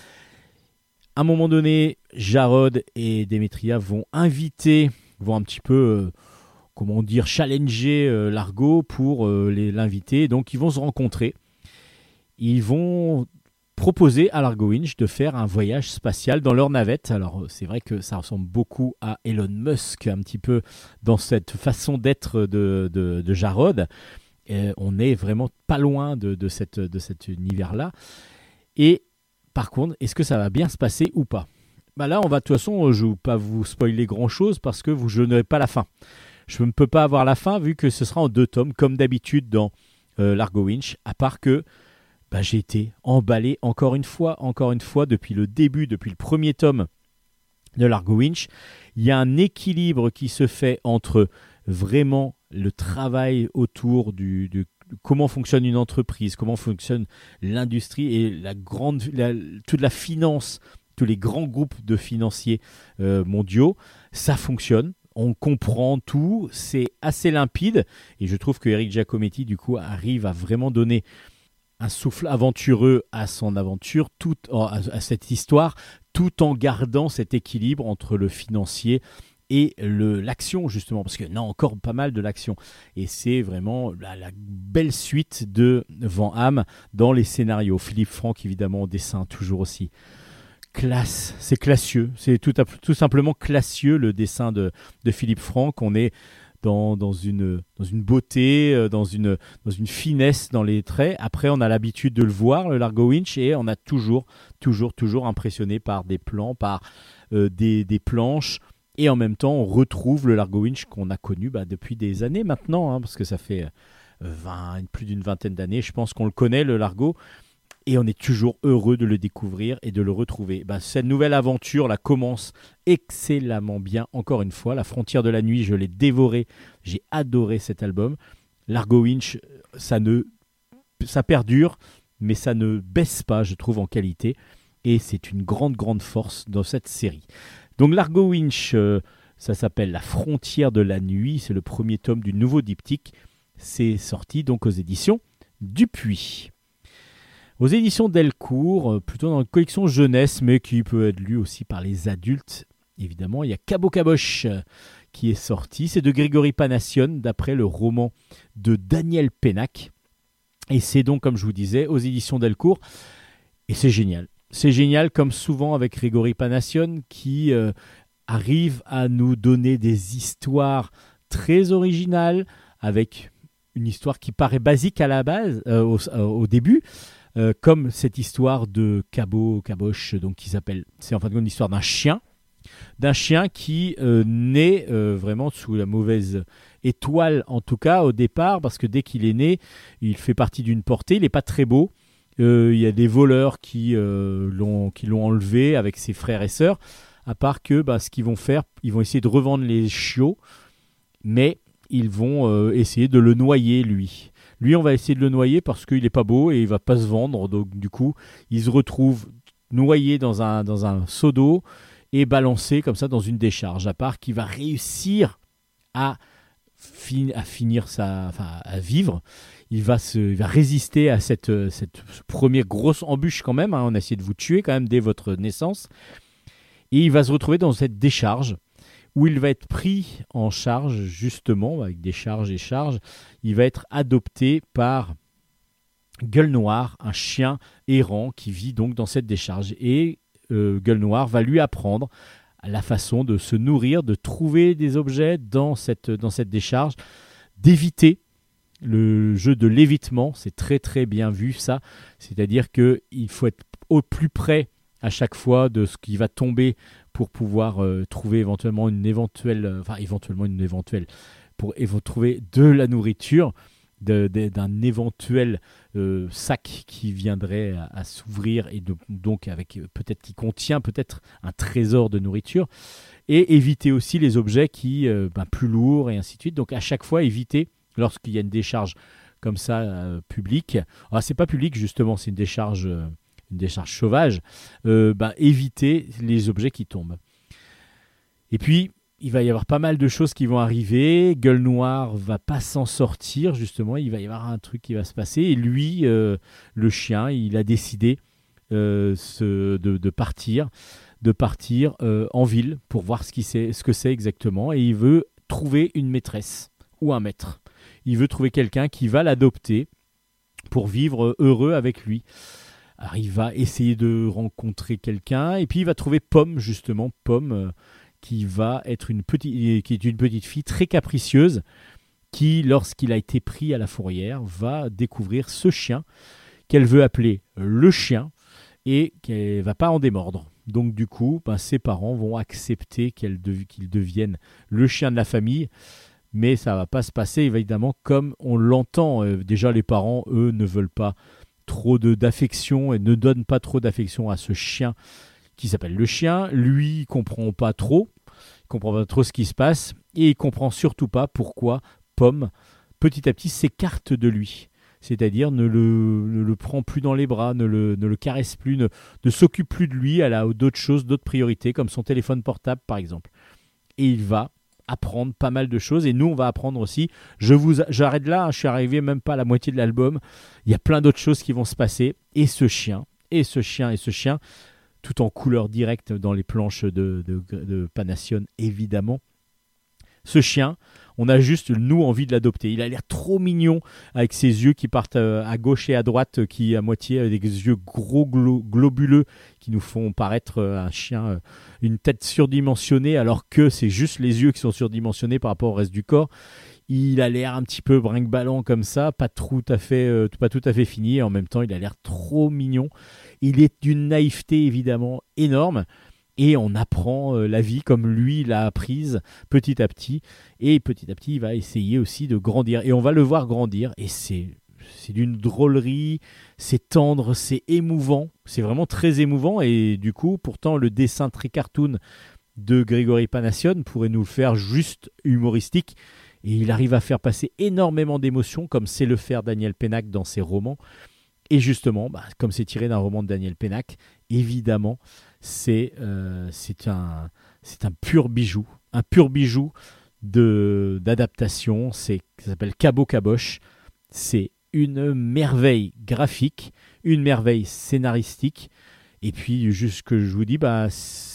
À un moment donné, Jarod et Demetria vont inviter... vont un petit peu, euh, comment dire, challenger euh, Largo pour euh, les, l'inviter. Donc, ils vont se rencontrer. Ils vont proposer à Largo Winch de faire un voyage spatial dans leur navette. Alors, c'est vrai que ça ressemble beaucoup à Elon Musk, un petit peu dans cette façon d'être de, de, de Jarod. Et on n'est vraiment pas loin de, de, cette, de cet univers-là. Et par contre, est-ce que ça va bien se passer ou pas ? Bah là, on va de toute façon, je ne vais pas vous spoiler grand-chose parce que vous, je n'aurai pas la fin. Je ne peux pas avoir la fin vu que ce sera en deux tomes, comme d'habitude dans euh, Largo Winch, à part que bah, j'ai été emballé encore une fois, encore une fois, depuis le début, depuis le premier tome de Largo Winch. Il y a un équilibre qui se fait entre vraiment le travail autour du, du comment fonctionne une entreprise, comment fonctionne l'industrie et la grande, la, toute la finance, tous les grands groupes de financiers euh, mondiaux, ça fonctionne, on comprend tout, c'est assez limpide, et je trouve que Eric Giacometti, du coup, arrive à vraiment donner un souffle aventureux à son aventure, tout, à, à cette histoire, tout en gardant cet équilibre entre le financier et le, l'action, justement, parce qu'il y en a encore pas mal de l'action, et c'est vraiment la, la belle suite de Van Hamme dans les scénarios. Philippe Franck, évidemment, au dessin, toujours aussi classe, c'est classieux, c'est tout, à, tout simplement classieux le dessin de, de Philippe Franck. On est dans, dans, une, dans une beauté, dans une, dans une finesse dans les traits. Après, on a l'habitude de le voir, le Largo Winch, et on a toujours, toujours, toujours impressionné par des plans, par euh, des, des planches, et en même temps, on retrouve le Largo Winch qu'on a connu bah, depuis des années maintenant, hein, parce que ça fait vingt, plus d'une vingtaine d'années, je pense qu'on le connaît, le Largo. Et on est toujours heureux de le découvrir et de le retrouver. Ben, cette nouvelle aventure là, commence excellemment bien. Encore une fois, La Frontière de la Nuit, je l'ai dévoré. J'ai adoré cet album. Largo Winch, ça, ne, ça perdure, mais ça ne baisse pas, je trouve, en qualité. Et c'est une grande, grande force dans cette série. Donc Largo Winch, euh, ça s'appelle La Frontière de la Nuit. C'est le premier tome du nouveau diptyque. C'est sorti donc aux éditions Dupuis. Aux éditions Delcourt, plutôt dans une collection jeunesse, mais qui peut être lue aussi par les adultes, évidemment. Il y a Cabo Caboche qui est sorti. C'est de Grégory Panassion, d'après le roman de Daniel Pénac. Et c'est donc, comme je vous disais, aux éditions Delcourt. Et c'est génial. C'est génial, comme souvent avec Grégory Panassion, qui euh, arrive à nous donner des histoires très originales, avec une histoire qui paraît basique à la base, euh, au, au début, Euh, comme cette histoire de Cabo Caboche, donc qui s'appelle, c'est en fin de compte l'histoire d'un chien, d'un chien qui euh, naît euh, vraiment sous la mauvaise étoile, en tout cas au départ, parce que dès qu'il est né, il fait partie d'une portée, il n'est pas très beau. Euh, il y a des voleurs qui, euh, l'ont, qui l'ont enlevé avec ses frères et sœurs, à part que bah, ce qu'ils vont faire, ils vont essayer de revendre les chiots, mais ils vont euh, essayer de le noyer, lui. Lui, on va essayer de le noyer parce qu'il n'est pas beau et il ne va pas se vendre. Donc, du coup, il se retrouve noyé dans un, dans un seau d'eau et balancé comme ça dans une décharge. À part qu'il va réussir à, fin, à finir sa, enfin, à vivre. Il va, se, il va résister à cette, cette première grosse embûche quand même. Hein. On a essayé de vous tuer quand même dès votre naissance. Et il va se retrouver dans cette décharge où il va être pris en charge, justement, avec des charges et charges. Il va être adopté par Gueule Noire, un chien errant qui vit donc dans cette décharge. Et euh, Gueule Noire va lui apprendre la façon de se nourrir, de trouver des objets dans cette, dans cette décharge, d'éviter le jeu de l'évitement. C'est très très bien vu ça, c'est-à-dire qu'il faut être au plus près à chaque fois de ce qui va tomber pour pouvoir euh, trouver éventuellement une éventuelle, euh, enfin éventuellement une éventuelle, pour évo- trouver de la nourriture, de, de, d'un éventuel euh, sac qui viendrait à, à s'ouvrir et de, donc avec euh, peut-être qui contient peut-être un trésor de nourriture, et éviter aussi les objets qui euh, ben, plus lourds et ainsi de suite. Donc à chaque fois éviter lorsqu'il y a une décharge comme ça euh, publique. Alors c'est pas public justement, c'est une décharge. Euh, une décharge sauvage, euh, bah, éviter les objets qui tombent. Et puis, il va y avoir pas mal de choses qui vont arriver. Gueule Noire va pas s'en sortir, justement. Il va y avoir un truc qui va se passer. Et lui, euh, le chien, il a décidé euh, ce, de, de partir, de partir euh, en ville pour voir ce, qui c'est, ce que c'est exactement. Et il veut trouver une maîtresse ou un maître. Il veut trouver quelqu'un qui va l'adopter pour vivre heureux avec lui. Alors, il va essayer de rencontrer quelqu'un et puis il va trouver Pomme, justement, Pomme, euh, qui va être une petite, qui est une petite fille très capricieuse qui, lorsqu'il a été pris à la fourrière, va découvrir ce chien qu'elle veut appeler le chien et qu'elle ne va pas en démordre. Donc du coup, ben, ses parents vont accepter qu'elle de, qu'il devienne le chien de la famille, mais ça ne va pas se passer évidemment comme on l'entend. Euh, déjà, les parents, eux, ne veulent pas trop de, d'affection et ne donne pas trop d'affection à ce chien qui s'appelle le chien. Lui, il comprend pas trop, il comprend pas trop ce qui se passe et il comprend surtout pas pourquoi Pomme, petit à petit, s'écarte de lui. C'est-à-dire ne le, ne le prend plus dans les bras, ne le, ne le caresse plus, ne, ne s'occupe plus de lui, elle a d'autres choses, d'autres priorités, comme son téléphone portable par exemple. Et il va apprendre pas mal de choses et nous on va apprendre aussi. Je vous j'arrête là, hein, je suis arrivé même pas à la moitié de l'album. Il y a plein d'autres choses qui vont se passer et ce chien et ce chien et ce chien tout en couleur directe dans les planches de, de, de Panation évidemment. Ce chien, on a juste nous envie de l'adopter. Il a l'air trop mignon avec ses yeux qui partent à gauche et à droite, qui à moitié avec des yeux gros glo- globuleux qui nous font paraître un chien, une tête surdimensionnée alors que c'est juste les yeux qui sont surdimensionnés par rapport au reste du corps. Il a l'air un petit peu brinque-ballant comme ça, pas tout à fait, euh, pas tout à fait fini et en même temps il a l'air trop mignon. Il est d'une naïveté évidemment énorme. Et on apprend euh, la vie comme lui l'a apprise petit à petit. Et petit à petit, il va essayer aussi de grandir. Et on va le voir grandir. Et c'est, c'est d'une drôlerie, c'est tendre, c'est émouvant. C'est vraiment très émouvant. Et du coup, pourtant, le dessin très cartoon de Grégory Panation pourrait nous le faire juste humoristique. Et il arrive à faire passer énormément d'émotions, comme sait le faire Daniel Pénac dans ses romans. Et justement, bah, comme c'est tiré d'un roman de Daniel Pénac, évidemment, c'est, euh, c'est, un, c'est un pur bijou, un pur bijou de, d'adaptation. C'est, ça s'appelle Cabot Caboche. C'est une merveille graphique, une merveille scénaristique. Et puis, juste ce que je vous dis, bah,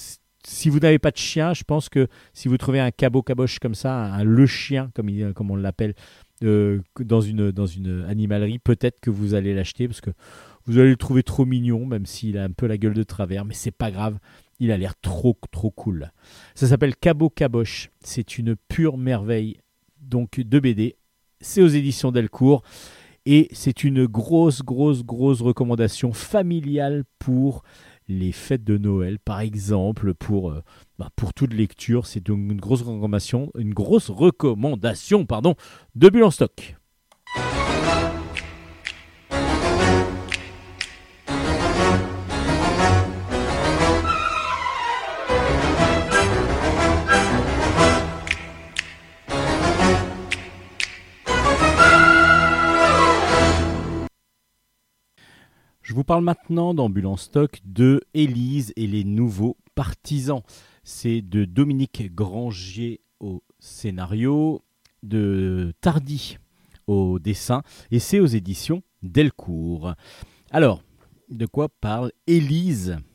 si vous n'avez pas de chien, je pense que si vous trouvez un Cabot Caboche comme ça, un, un le chien, comme, il, comme on l'appelle, euh, dans, une, dans une animalerie, peut-être que vous allez l'acheter parce que vous allez le trouver trop mignon, même s'il a un peu la gueule de travers, mais c'est pas grave, il a l'air trop trop cool. Ça s'appelle Cabot Caboche, c'est une pure merveille donc de B D, c'est aux éditions Delcourt et c'est une grosse grosse grosse recommandation familiale pour les fêtes de Noël par exemple, pour, euh, bah, pour toute lecture, c'est donc une grosse recommandation, une grosse recommandation pardon, de Bulle en stock. Je vous parle maintenant dans Bulle en stock de Élise et les nouveaux partisans. C'est de Dominique Grangier au scénario, de Tardy au dessin, et c'est aux éditions Delcourt. Alors, de quoi parle Élise ?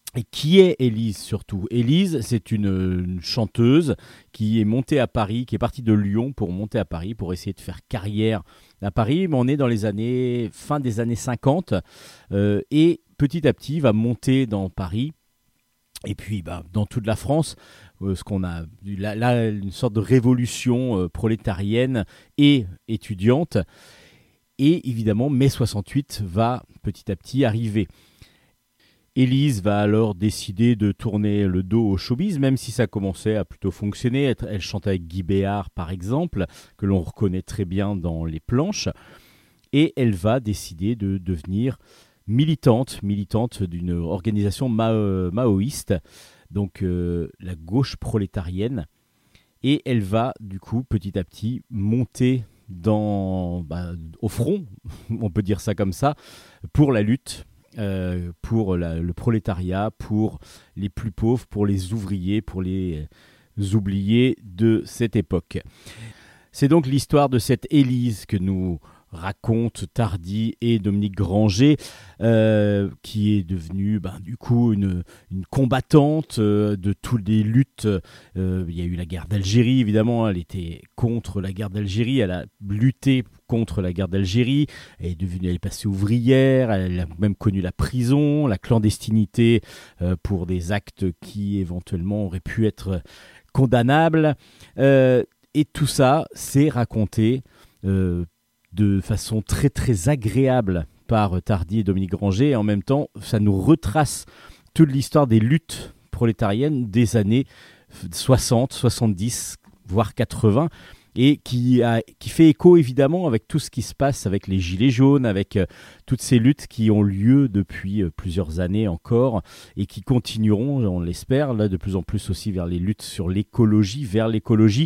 Et qui est Élise surtout? Élise, c'est une, une chanteuse qui est montée à Paris, qui est partie de Lyon pour monter à Paris, pour essayer de faire carrière à Paris. Mais on est dans les années, fin des années cinquante, euh, et petit à petit va monter dans Paris. Et puis bah, dans toute la France, euh, ce qu'on a là, là une sorte de révolution euh, prolétarienne et étudiante. Et évidemment, mai soixante-huit va petit à petit arriver. Élise va alors décider de tourner le dos au showbiz, même si ça commençait à plutôt fonctionner. Elle chante avec Guy Béard, par exemple, que l'on reconnaît très bien dans Les Planches. Et elle va décider de devenir militante, militante d'une organisation mao- maoïste, donc euh, la gauche prolétarienne. Et elle va, du coup, petit à petit, monter dans, bah, au front, on peut dire ça comme ça, pour la lutte. Euh, pour la, le prolétariat, pour les plus pauvres, pour les ouvriers, pour les oubliés de cette époque. C'est donc l'histoire de cette Élise que nous racontent Tardy et Dominique Granger, euh, qui est devenue ben, du coup une, une combattante euh, de toutes les luttes. Euh, il y a eu la guerre d'Algérie, évidemment, elle était contre la guerre d'Algérie, elle a lutté contre la guerre d'Algérie, elle est devenue, elle est passée ouvrière, elle a même connu la prison, la clandestinité euh, pour des actes qui éventuellement auraient pu être condamnables. Euh, et tout ça, c'est raconté euh, de façon très très agréable par Tardy et Dominique Granger, et en même temps ça nous retrace toute l'histoire des luttes prolétariennes des années soixante, soixante-dix, voire quatre-vingts, et qui, a, qui fait écho évidemment avec tout ce qui se passe avec les gilets jaunes, avec euh, toutes ces luttes qui ont lieu depuis euh, plusieurs années encore, et qui continueront, on l'espère, là de plus en plus aussi vers les luttes sur l'écologie, vers l'écologie,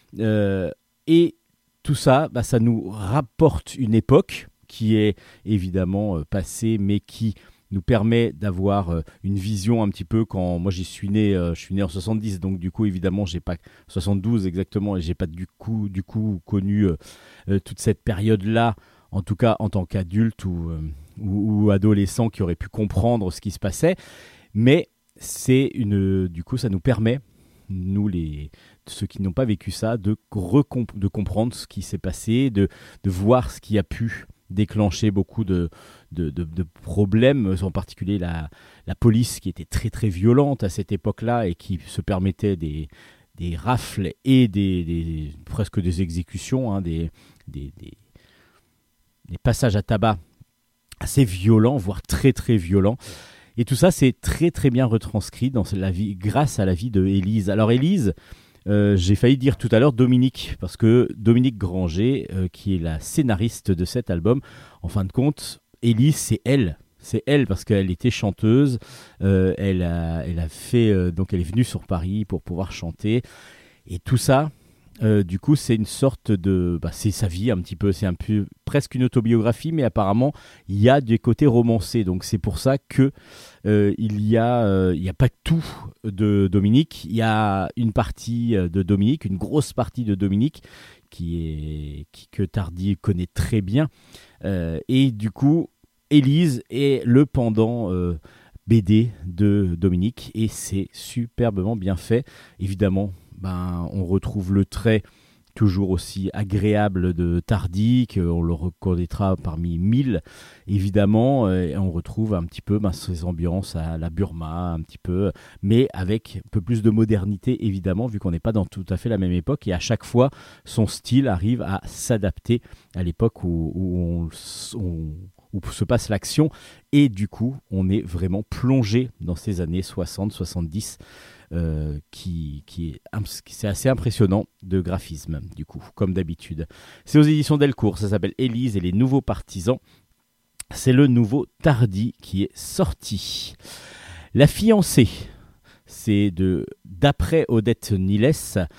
euh, et tout ça, bah, ça nous rapporte une époque qui est évidemment euh, passée, mais qui nous permet d'avoir euh, une vision un petit peu quand moi j'y suis né, euh, je suis né en soixante-dix, donc du coup évidemment j'ai pas soixante-douze exactement, et j'ai pas du coup du coup connu euh, euh, toute cette période-là, en tout cas en tant qu'adulte ou, euh, ou, ou adolescent qui aurait pu comprendre ce qui se passait, mais c'est une, du coup ça nous permet, nous les ceux qui n'ont pas vécu ça, de, recomp- de comprendre ce qui s'est passé, de, de voir ce qui a pu déclencher beaucoup de, de, de, de problèmes, en particulier la, la police qui était très très violente à cette époque-là et qui se permettait des, des rafles et des, des, presque des exécutions, hein, des, des, des, des passages à tabac assez violents, voire très très violents. Et tout ça, c'est très très bien retranscrit dans la vie, grâce à la vie de Élise. Alors Élise, Euh, j'ai failli dire tout à l'heure Dominique, parce que Dominique Granger, euh, qui est la scénariste de cet album, en fin de compte, Élise, c'est elle. C'est elle parce qu'elle était chanteuse, euh, elle, a, elle a fait, euh, donc elle est venue sur Paris pour pouvoir chanter. Et tout ça, euh, du coup, c'est une sorte de... Bah, c'est sa vie un petit peu, c'est un peu presque une autobiographie, mais apparemment, il y a des côtés romancés. Donc c'est pour ça que euh, il y a, euh, il y a pas tout de Dominique, il y a une partie de Dominique, une grosse partie de Dominique qui est, qui, que Tardy connaît très bien. Euh, et du coup, Élise est le pendant euh, B D de Dominique, et c'est superbement bien fait. Évidemment, ben, on retrouve le trait toujours aussi agréable de Tardy, qu'on le reconnaîtra parmi mille, évidemment, et on retrouve un petit peu ben, ces ambiances à la Burma, un petit peu, mais avec un peu plus de modernité, évidemment, vu qu'on n'est pas dans tout à fait la même époque, et à chaque fois, son style arrive à s'adapter à l'époque où, où, on, on, où se passe l'action, et du coup, on est vraiment plongé dans ces années soixante soixante-dix, Euh, qui, qui est, c'est assez impressionnant de graphisme, du coup, comme d'habitude. C'est aux éditions Delcourt, ça s'appelle Élise et les nouveaux partisans. C'est le nouveau Tardy qui est sorti. La fiancée, c'est de, d'après Odette Niles,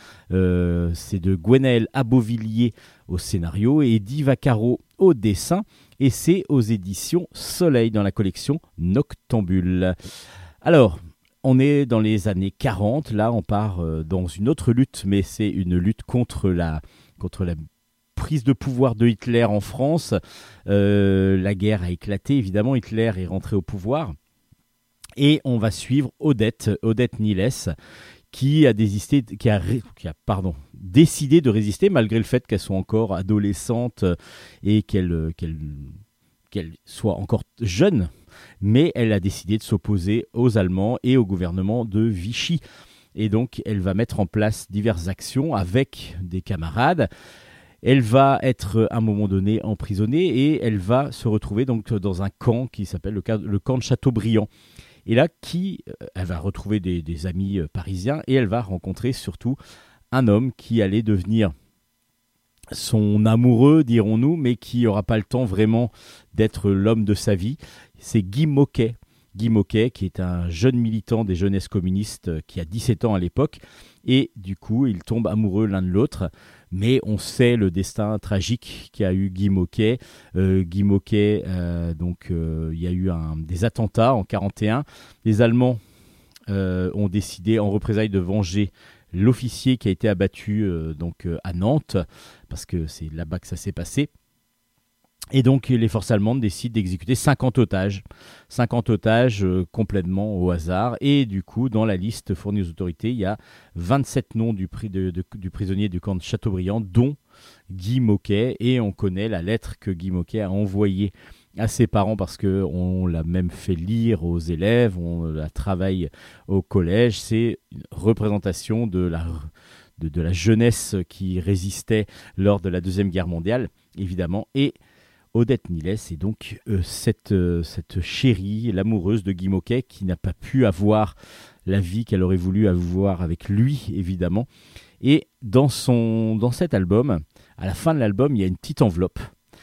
euh, c'est de Gwenaëlle Abovillier au scénario et Eddie Vaccaro au dessin, et c'est aux éditions Soleil dans la collection Noctambule. Alors, on est dans les années quarante, là on part euh, dans une autre lutte, mais c'est une lutte contre la, contre la prise de pouvoir de Hitler en France. Euh, la guerre a éclaté, évidemment, Hitler est rentré au pouvoir. Et on va suivre Odette, Odette Niles, qui a, désisté, qui, a, qui a pardon, décidé de résister malgré le fait qu'elle soit encore adolescente et qu'elle, qu'elle, qu'elle soit encore jeune. Mais elle a décidé de s'opposer aux Allemands et au gouvernement de Vichy. Et donc, elle va mettre en place diverses actions avec des camarades. Elle va être à un moment donné emprisonnée et elle va se retrouver donc dans un camp qui s'appelle le, le camp de Châteaubriand. Et là, qui, elle va retrouver des, des amis parisiens et elle va rencontrer surtout un homme qui allait devenir son amoureux, dirons-nous, mais qui n'aura pas le temps vraiment d'être l'homme de sa vie. C'est Guy Môquet. Guy Môquet, qui est un jeune militant des jeunesses communistes qui a dix-sept ans à l'époque. Et du coup, ils tombent amoureux l'un de l'autre. Mais on sait le destin tragique qu'a eu Guy Môquet. Euh, Guy Môquet, euh, donc euh, il y a eu un, des attentats en quarante et un. Les Allemands euh, ont décidé en représailles de venger l'officier qui a été abattu euh, donc, euh, à Nantes, parce que c'est là-bas que ça s'est passé. Et donc les forces allemandes décident d'exécuter cinquante otages, cinquante otages euh, complètement au hasard. Et du coup, dans la liste fournie aux autorités, il y a vingt-sept noms du, pri- de, de, du prisonnier du camp de Châteaubriand, dont Guy Môquet. Et on connaît la lettre que Guy Môquet a envoyée à ses parents, parce qu'on l'a même fait lire aux élèves, on la travaille au collège. C'est une représentation de la, de, de la jeunesse qui résistait lors de la Deuxième Guerre mondiale, évidemment. Et Odette Niles est donc euh, cette, euh, cette chérie, l'amoureuse de Guy Môquet, qui n'a pas pu avoir la vie qu'elle aurait voulu avoir avec lui, évidemment. Et dans, son, dans cet album, à la fin de l'album, il y a une petite enveloppe.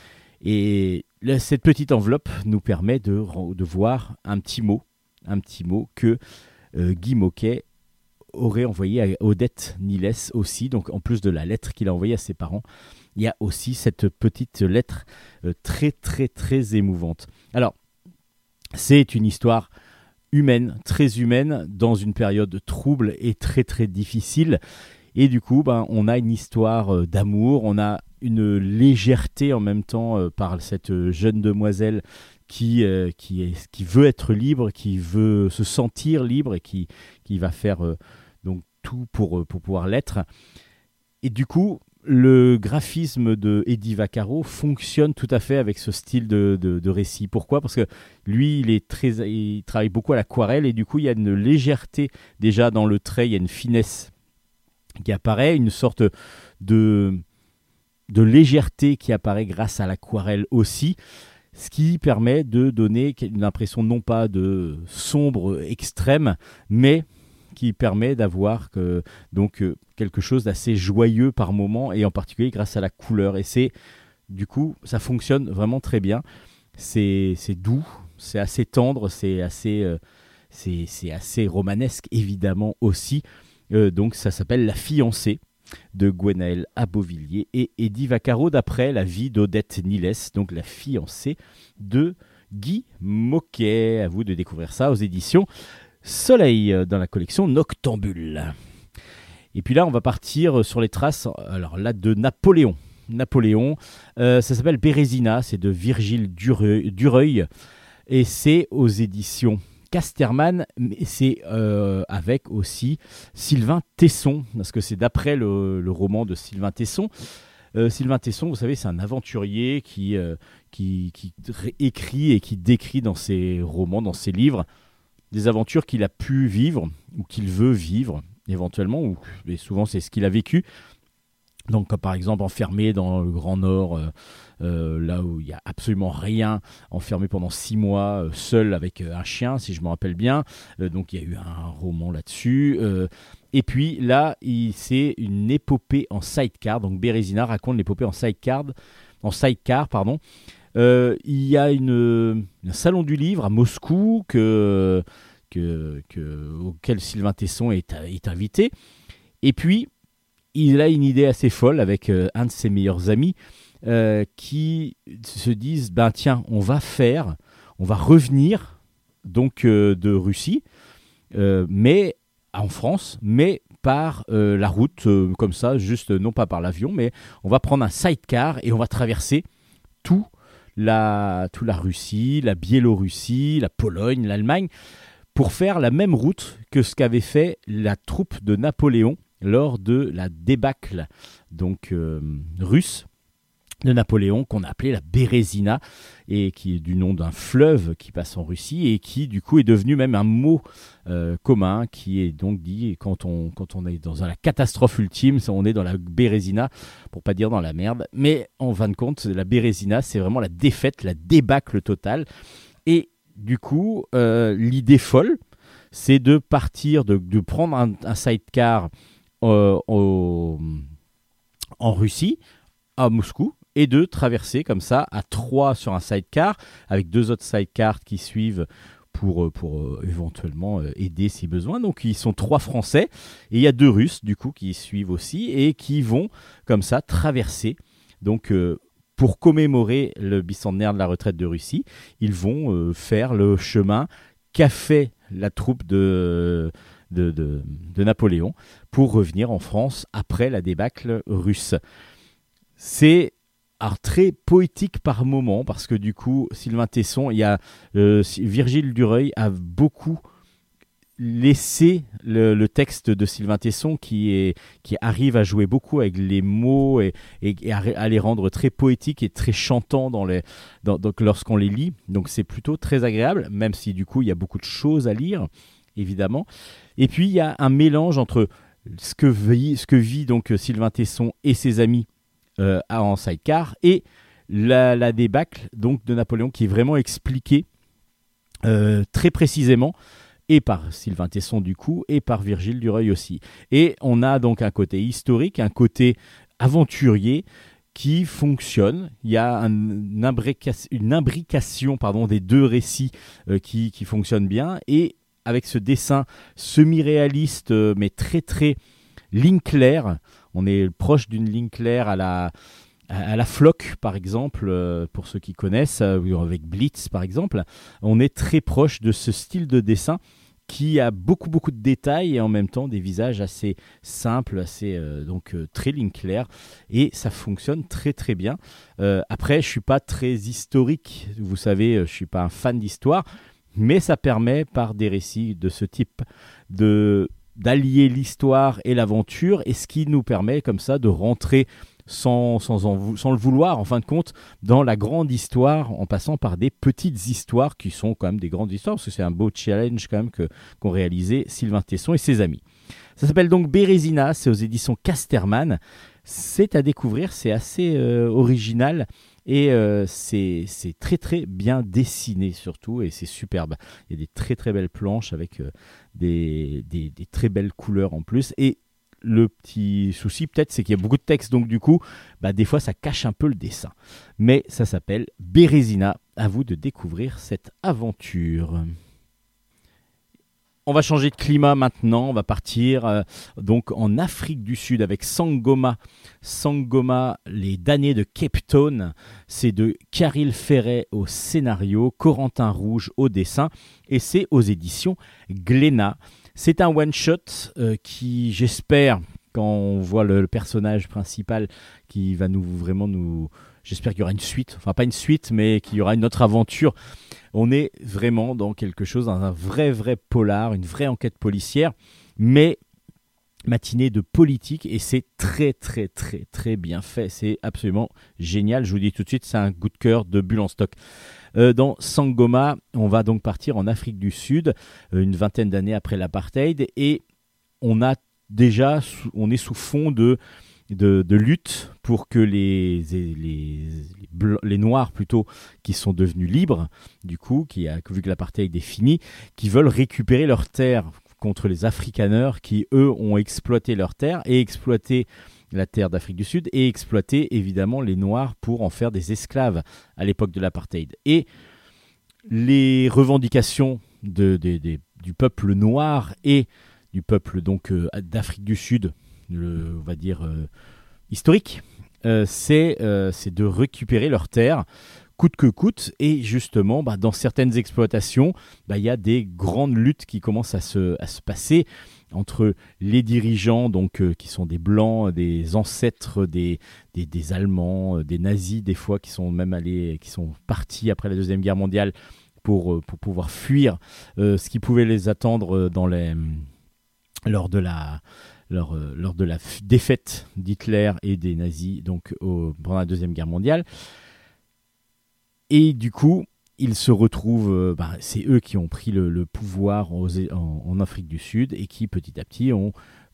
Et là, cette petite enveloppe nous permet de, de voir un petit mot, un petit mot que euh, Guy Môquet aurait envoyé à Odette Niles aussi. Donc en plus de la lettre qu'il a envoyée à ses parents, il y a aussi cette petite lettre euh, très très très émouvante. Alors, c'est une histoire humaine, très humaine, dans une période trouble et très très difficile. Et du coup, ben, on a une histoire euh, d'amour, on a une légèreté en même temps euh, par cette jeune demoiselle qui, euh, qui, est, qui veut être libre, qui veut se sentir libre et qui, qui va faire euh, donc tout pour, pour pouvoir l'être. Et du coup, le graphisme de Eddie Vaccaro fonctionne tout à fait avec ce style de, de, de récit. Pourquoi ? Parce que lui, il, est très, il travaille beaucoup à l'aquarelle et du coup, il y a une légèreté déjà dans le trait, il y a une finesse qui apparaît, une sorte de, de légèreté qui apparaît grâce à l'aquarelle aussi, ce qui permet de donner une impression non pas de sombre extrême, mais qui permet d'avoir que, donc, euh, quelque chose d'assez joyeux par moment, et en particulier grâce à la couleur. Et c'est, du coup, ça fonctionne vraiment très bien. C'est, c'est doux, c'est assez tendre, c'est assez, euh, c'est, c'est assez romanesque, évidemment, aussi. Euh, donc, ça s'appelle La fiancée de Gwenaëlle Abovillier et Eddie Vaccaro, d'après la vie d'Odette Niles, donc La fiancée de Guy Môquet. À vous de découvrir ça aux éditions Soleil, dans la collection Noctambule. Et puis là, on va partir sur les traces, alors là, de Napoléon. Napoléon, euh, ça s'appelle Bérésina, c'est de Virgile Dureuil, Dureuil et c'est aux éditions Casterman, mais c'est euh, avec aussi Sylvain Tesson, parce que c'est d'après le, le roman de Sylvain Tesson. Euh, Sylvain Tesson, vous savez, c'est un aventurier qui, euh, qui, qui écrit et qui décrit dans ses romans, dans ses livres, des aventures qu'il a pu vivre ou qu'il veut vivre éventuellement, ou, et souvent c'est ce qu'il a vécu. Donc comme par exemple enfermé dans le Grand Nord, euh, euh, là où il n'y a absolument rien, enfermé pendant six mois, euh, seul avec euh, un chien, si je me rappelle bien. Euh, donc il y a eu un roman là-dessus. Euh, et puis là, il, c'est une épopée en sidecar. Donc Bérésina raconte l'épopée en sidecar, en sidecar pardon. Euh, il y a une, un salon du livre à Moscou que, que, que, auquel Sylvain Tesson est, est invité. Et puis, il a une idée assez folle avec euh, un de ses meilleurs amis euh, qui se disent, ben tiens, on va faire, on va revenir donc euh, de Russie, euh, mais en France, mais par euh, la route, euh, comme ça, juste non pas par l'avion, mais on va prendre un sidecar et on va traverser tout La, toute la Russie, la Biélorussie, la Pologne, l'Allemagne, pour faire la même route que ce qu'avait fait la troupe de Napoléon lors de la débâcle donc euh, russe de Napoléon, qu'on a appelé la Bérésina, et qui est du nom d'un fleuve qui passe en Russie, et qui du coup est devenu même un mot euh, commun, qui est donc dit quand on, quand on est dans la catastrophe ultime, on est dans la Bérésina, pour pas dire dans la merde. Mais en fin de compte, la Bérésina, c'est vraiment la défaite, la débâcle totale. Et du coup, euh, l'idée folle, c'est de partir, de, de prendre un, un sidecar euh, au, en Russie, à Moscou, et de traverser comme ça à trois sur un sidecar, avec deux autres sidecars qui suivent pour, pour euh, éventuellement euh, aider si besoin. Donc ils sont trois Français, et il y a deux Russes du coup qui suivent aussi, et qui vont comme ça traverser. Donc euh, pour commémorer le bicentenaire de la retraite de Russie, ils vont euh, faire le chemin qu'a fait la troupe de, de, de, de Napoléon pour revenir en France après la débâcle russe. C'est alors, très poétique par moment, parce que du coup, Sylvain Tesson, il y a euh, Virgile Dureuil a beaucoup laissé le, le texte de Sylvain Tesson, qui, est, qui arrive à jouer beaucoup avec les mots et, et, et à, à les rendre très poétiques et très chantants dans les, dans, donc lorsqu'on les lit. Donc c'est plutôt très agréable, même si du coup il y a beaucoup de choses à lire, évidemment. Et puis il y a un mélange entre ce que vit, ce que vit donc Sylvain Tesson et ses amis Euh, en sidecar, et la, la débâcle donc de Napoléon, qui est vraiment expliquée euh, très précisément, et par Sylvain Tesson du coup, et par Virgile Dureuil aussi. Et on a donc un côté historique, un côté aventurier qui fonctionne. Il y a un, une, imbrication, une imbrication pardon, des deux récits euh, qui, qui fonctionne bien, et avec ce dessin semi-réaliste euh, mais très très ligne claire. On est proche d'une ligne claire à la, à la Flock, par exemple, euh, pour ceux qui connaissent, euh, avec Blitz, par exemple. On est très proche de ce style de dessin qui a beaucoup, beaucoup de détails, et en même temps des visages assez simples, assez, euh, donc euh, très ligne claire, et ça fonctionne très, très bien. Euh, après, je ne suis pas très historique, vous savez, je ne suis pas un fan d'histoire, mais ça permet, par des récits de ce type, de... d'allier l'histoire et l'aventure, et ce qui nous permet comme ça de rentrer sans, sans, en, sans le vouloir en fin de compte dans la grande histoire, en passant par des petites histoires qui sont quand même des grandes histoires, parce que c'est un beau challenge quand même que, qu'ont réalisé Sylvain Tesson et ses amis. Ça s'appelle donc Bérésina, c'est aux éditions Casterman, c'est à découvrir, c'est assez euh, original. Et euh, c'est, c'est très très bien dessiné surtout, et c'est superbe. Il y a des très très belles planches avec euh, des, des, des très belles couleurs en plus. Et le petit souci peut-être, c'est qu'il y a beaucoup de texte, donc du coup, bah, des fois ça cache un peu le dessin. Mais ça s'appelle Bérésina. À vous de découvrir cette aventure. On va changer de climat maintenant, on va partir euh, donc en Afrique du Sud avec Sangoma. Sangoma, les damnés de Cape Town, c'est de Caril Ferret au scénario, Corentin Rouge au dessin, et c'est aux éditions Glénat. C'est un one-shot euh, qui, j'espère, quand on voit le, le personnage principal qui va nous vraiment nous... J'espère qu'il y aura une suite, enfin pas une suite, mais qu'il y aura une autre aventure. On est vraiment dans quelque chose, dans un vrai, vrai polar, une vraie enquête policière, mais matinée de politique, et c'est très, très, très, très bien fait. C'est absolument génial. Je vous dis tout de suite, c'est un coup de cœur de Bulle en stock. Euh, dans Sangoma, on va donc partir en Afrique du Sud, euh, une vingtaine d'années après l'apartheid, et on a déjà, on est sous fond de... De, de lutte pour que les, les, les, blancs, les Noirs plutôt, qui sont devenus libres, du coup, qui a, vu que l'apartheid est fini, qui veulent récupérer leurs terres contre les Afrikaners qui, eux, ont exploité leurs terres et exploité la terre d'Afrique du Sud et exploité, évidemment, les Noirs pour en faire des esclaves à l'époque de l'apartheid. Et les revendications de, de, de, du peuple noir et du peuple donc, euh, d'Afrique du Sud, le, on va dire euh, historique, euh, c'est, euh, c'est de récupérer leurs terres coûte que coûte, et justement bah, dans certaines exploitations il bah, y a des grandes luttes qui commencent à se, à se passer entre les dirigeants donc, euh, qui sont des blancs, des ancêtres des, des, des Allemands, euh, des nazis des fois qui sont même allés, qui sont partis après la Deuxième Guerre mondiale pour, euh, pour pouvoir fuir euh, ce qui pouvait les attendre euh, dans les, lors de la, lors, euh, lors de la f- défaite d'Hitler et des nazis donc, au, pendant la Deuxième Guerre mondiale. Et du coup, ils se retrouvent, euh, bah, c'est eux qui ont pris le, le pouvoir aux, en, en Afrique du Sud et qui petit à petit ont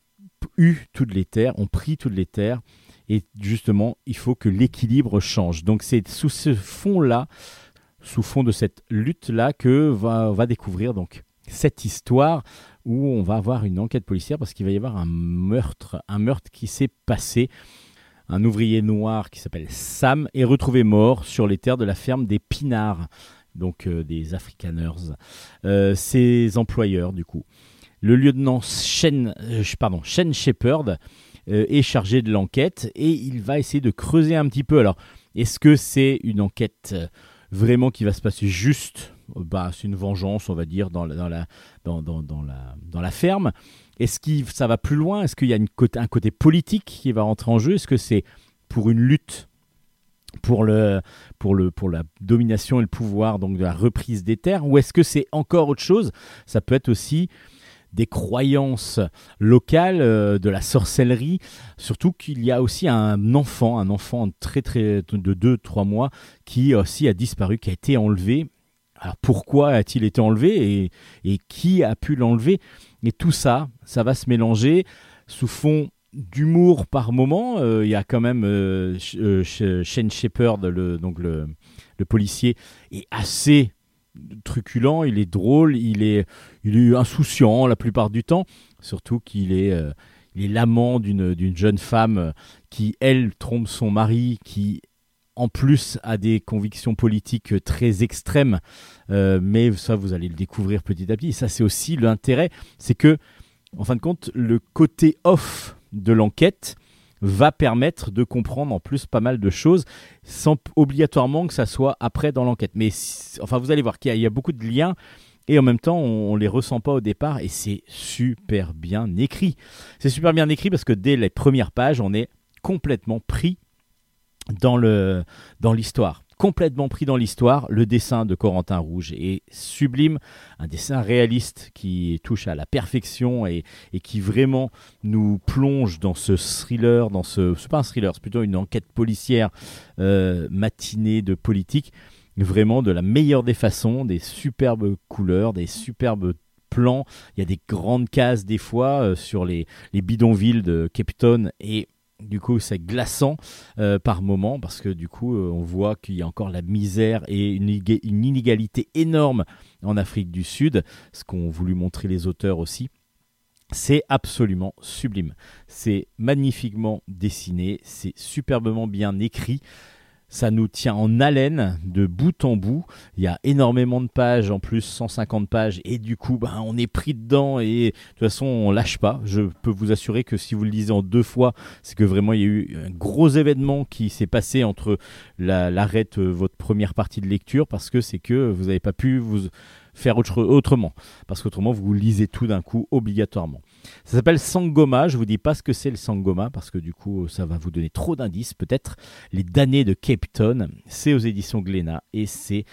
eu toutes les terres, ont pris toutes les terres. Et justement, il faut que l'équilibre change. Donc c'est sous ce fond-là, sous fond de cette lutte-là, que va, on va découvrir donc cette histoire où on va avoir une enquête policière parce qu'il va y avoir un meurtre, un meurtre qui s'est passé. Un ouvrier noir qui s'appelle Sam est retrouvé mort sur les terres de la ferme des Pinards, donc euh, des Afrikaners, euh, ses employeurs du coup. Le lieutenant Shane, euh, pardon, Shane Shepherd euh, est chargé de l'enquête et il va essayer de creuser un petit peu. Alors, est-ce que c'est une enquête euh, vraiment qui va se passer juste bah, c'est une vengeance, on va dire, dans la, dans la, dans, dans, dans la, dans la ferme. Est-ce que ça va plus loin? Est-ce qu'il y a une côté, un côté politique qui va rentrer en jeu? Est-ce que c'est pour une lutte pour, le, pour, le, pour la domination et le pouvoir, donc de la reprise des terres? Ou est-ce que c'est encore autre chose? Ça peut être aussi des croyances locales, euh, de la sorcellerie, surtout qu'il y a aussi un enfant, un enfant très, très, de deux trois mois qui aussi a disparu, qui a été enlevé. Alors pourquoi a-t-il été enlevé et, et qui a pu l'enlever? Et tout ça, ça va se mélanger sous fond d'humour par moment. Euh, il y a quand même euh, euh, Shane Shepherd, le, donc le, le policier, est assez truculent, il est drôle, il est, il est insouciant la plupart du temps, surtout qu'il est, euh, il est l'amant d'une, d'une jeune femme qui, elle, trompe son mari, qui en plus a des convictions politiques très extrêmes, euh, mais ça vous allez le découvrir petit à petit. Ça c'est aussi l'intérêt, c'est que en fin de compte le côté off de l'enquête va permettre de comprendre en plus pas mal de choses sans obligatoirement que ça soit après dans l'enquête. Mais si, enfin vous allez voir qu'il y a, il y a beaucoup de liens et en même temps on, on les ressent pas au départ et c'est super bien écrit. C'est super bien écrit parce que dès les premières pages on est complètement pris dans, le, dans l'histoire. Complètement pris dans l'histoire. Le dessin de Corentin Rouge est sublime, un dessin réaliste qui touche à la perfection et, et qui vraiment nous plonge dans ce thriller, dans ce, c'est pas un thriller, c'est plutôt une enquête policière euh, matinée de politique, vraiment de la meilleure des façons, des superbes couleurs, des superbes plans. Il y a des grandes cases des fois euh, sur les, les bidonvilles de Cape Town et du coup, c'est glaçant euh, par moment parce que du coup, euh, on voit qu'il y a encore la misère et une, une inégalité énorme en Afrique du Sud, ce qu'ont voulu montrer les auteurs aussi. C'est absolument sublime. C'est magnifiquement dessiné, c'est superbement bien écrit. Ça nous tient en haleine de bout en bout. Il y a énormément de pages, en plus cent cinquante pages, et du coup, ben, on est pris dedans et de toute façon, on lâche pas. Je peux vous assurer que si vous le lisez en deux fois, c'est que vraiment, il y a eu un gros événement qui s'est passé entre la, l'arrêt de votre première partie de lecture, parce que c'est que vous n'avez pas pu vous faire autre, autrement, parce qu'autrement, vous lisez tout d'un coup obligatoirement. Ça s'appelle Sangoma, je ne vous dis pas ce que c'est le Sangoma, parce que du coup, ça va vous donner trop d'indices, peut-être. Les damnés de Cape Town, c'est aux éditions Glénat, et c'est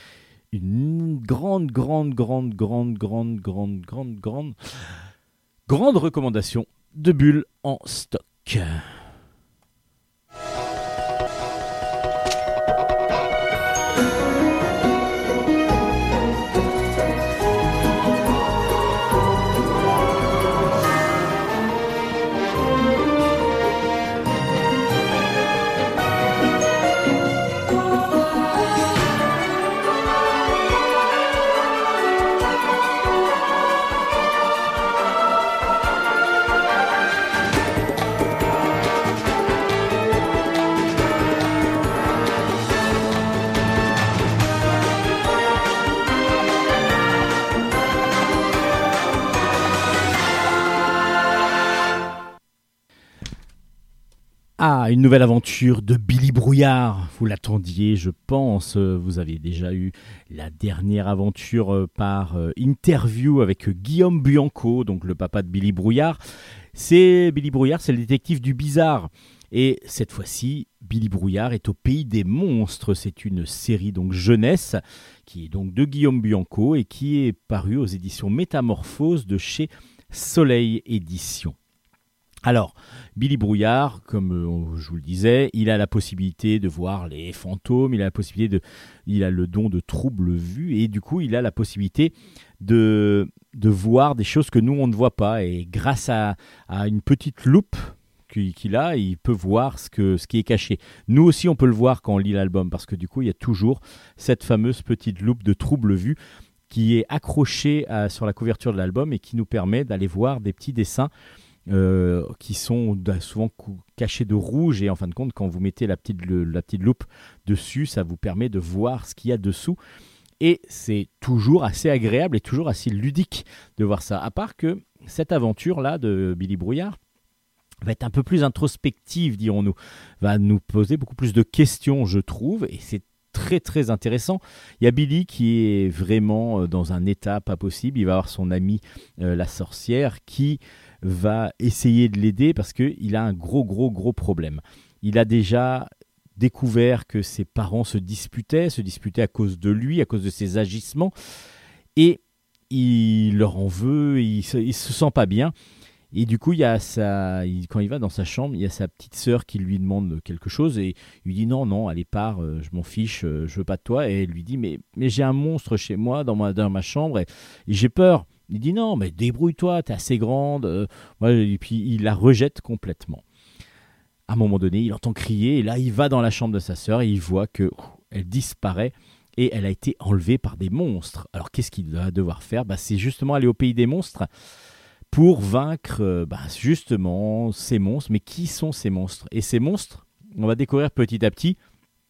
une grande, grande, grande, grande, grande, grande, grande, grande, grande recommandation de Bulle en stock. Ah, une nouvelle aventure de Billy Brouillard. Vous l'attendiez, je pense. Vous avez déjà eu la dernière aventure par interview avec Guillaume Bianco, donc le papa de Billy Brouillard. C'est Billy Brouillard, c'est le détective du bizarre. Et cette fois-ci, Billy Brouillard est au pays des monstres. C'est une série donc jeunesse qui est donc de Guillaume Bianco et qui est parue aux éditions Métamorphose de chez Soleil Éditions. Alors, Billy Brouillard, comme euh, je vous le disais, il a la possibilité de voir les fantômes, il a la possibilité de, il a le don de trouble vue et du coup, il a la possibilité de, de voir des choses que nous on ne voit pas. Et grâce à, à une petite loupe qu'il, qu'il a, il peut voir ce que ce qui est caché. Nous aussi, on peut le voir quand on lit l'album parce que du coup, il y a toujours cette fameuse petite loupe de trouble vue qui est accrochée à, sur la couverture de l'album et qui nous permet d'aller voir des petits dessins. Euh, qui sont souvent cou- cachés de rouge et en fin de compte quand vous mettez la petite, le, la petite loupe dessus, ça vous permet de voir ce qu'il y a dessous et c'est toujours assez agréable et toujours assez ludique de voir ça, à part que cette aventure là de Billy Brouillard va être un peu plus introspective, dirons-nous, va nous poser beaucoup plus de questions, je trouve, et c'est très très intéressant. Il y a Billy qui est vraiment dans un état pas possible, il va avoir son amie euh, la sorcière qui va essayer de l'aider parce qu'il a un gros gros gros problème. Il a déjà découvert que ses parents se disputaient, se disputaient à cause de lui, à cause de ses agissements, et il leur en veut, il se, il se sent pas bien. Et du coup, il y a sa, il, quand il va dans sa chambre, il y a sa petite sœur qui lui demande quelque chose et il lui dit non, non, allez, pars, euh, je m'en fiche, euh, je veux pas de toi. Et elle lui dit mais, mais j'ai un monstre chez moi, dans ma, dans ma chambre et, et j'ai peur. Il dit non, mais débrouille-toi, t'es assez grande. Euh, ouais, et puis il la rejette complètement. À un moment donné, il entend crier et là, il va dans la chambre de sa sœur et il voit que ouf, elle disparaît et elle a été enlevée par des monstres. Alors qu'est-ce qu'il va devoir faire ? Bah, c'est justement aller au pays des monstres pour vaincre euh, bah, justement ces monstres. Mais qui sont ces monstres ? Et ces monstres, on va découvrir petit à petit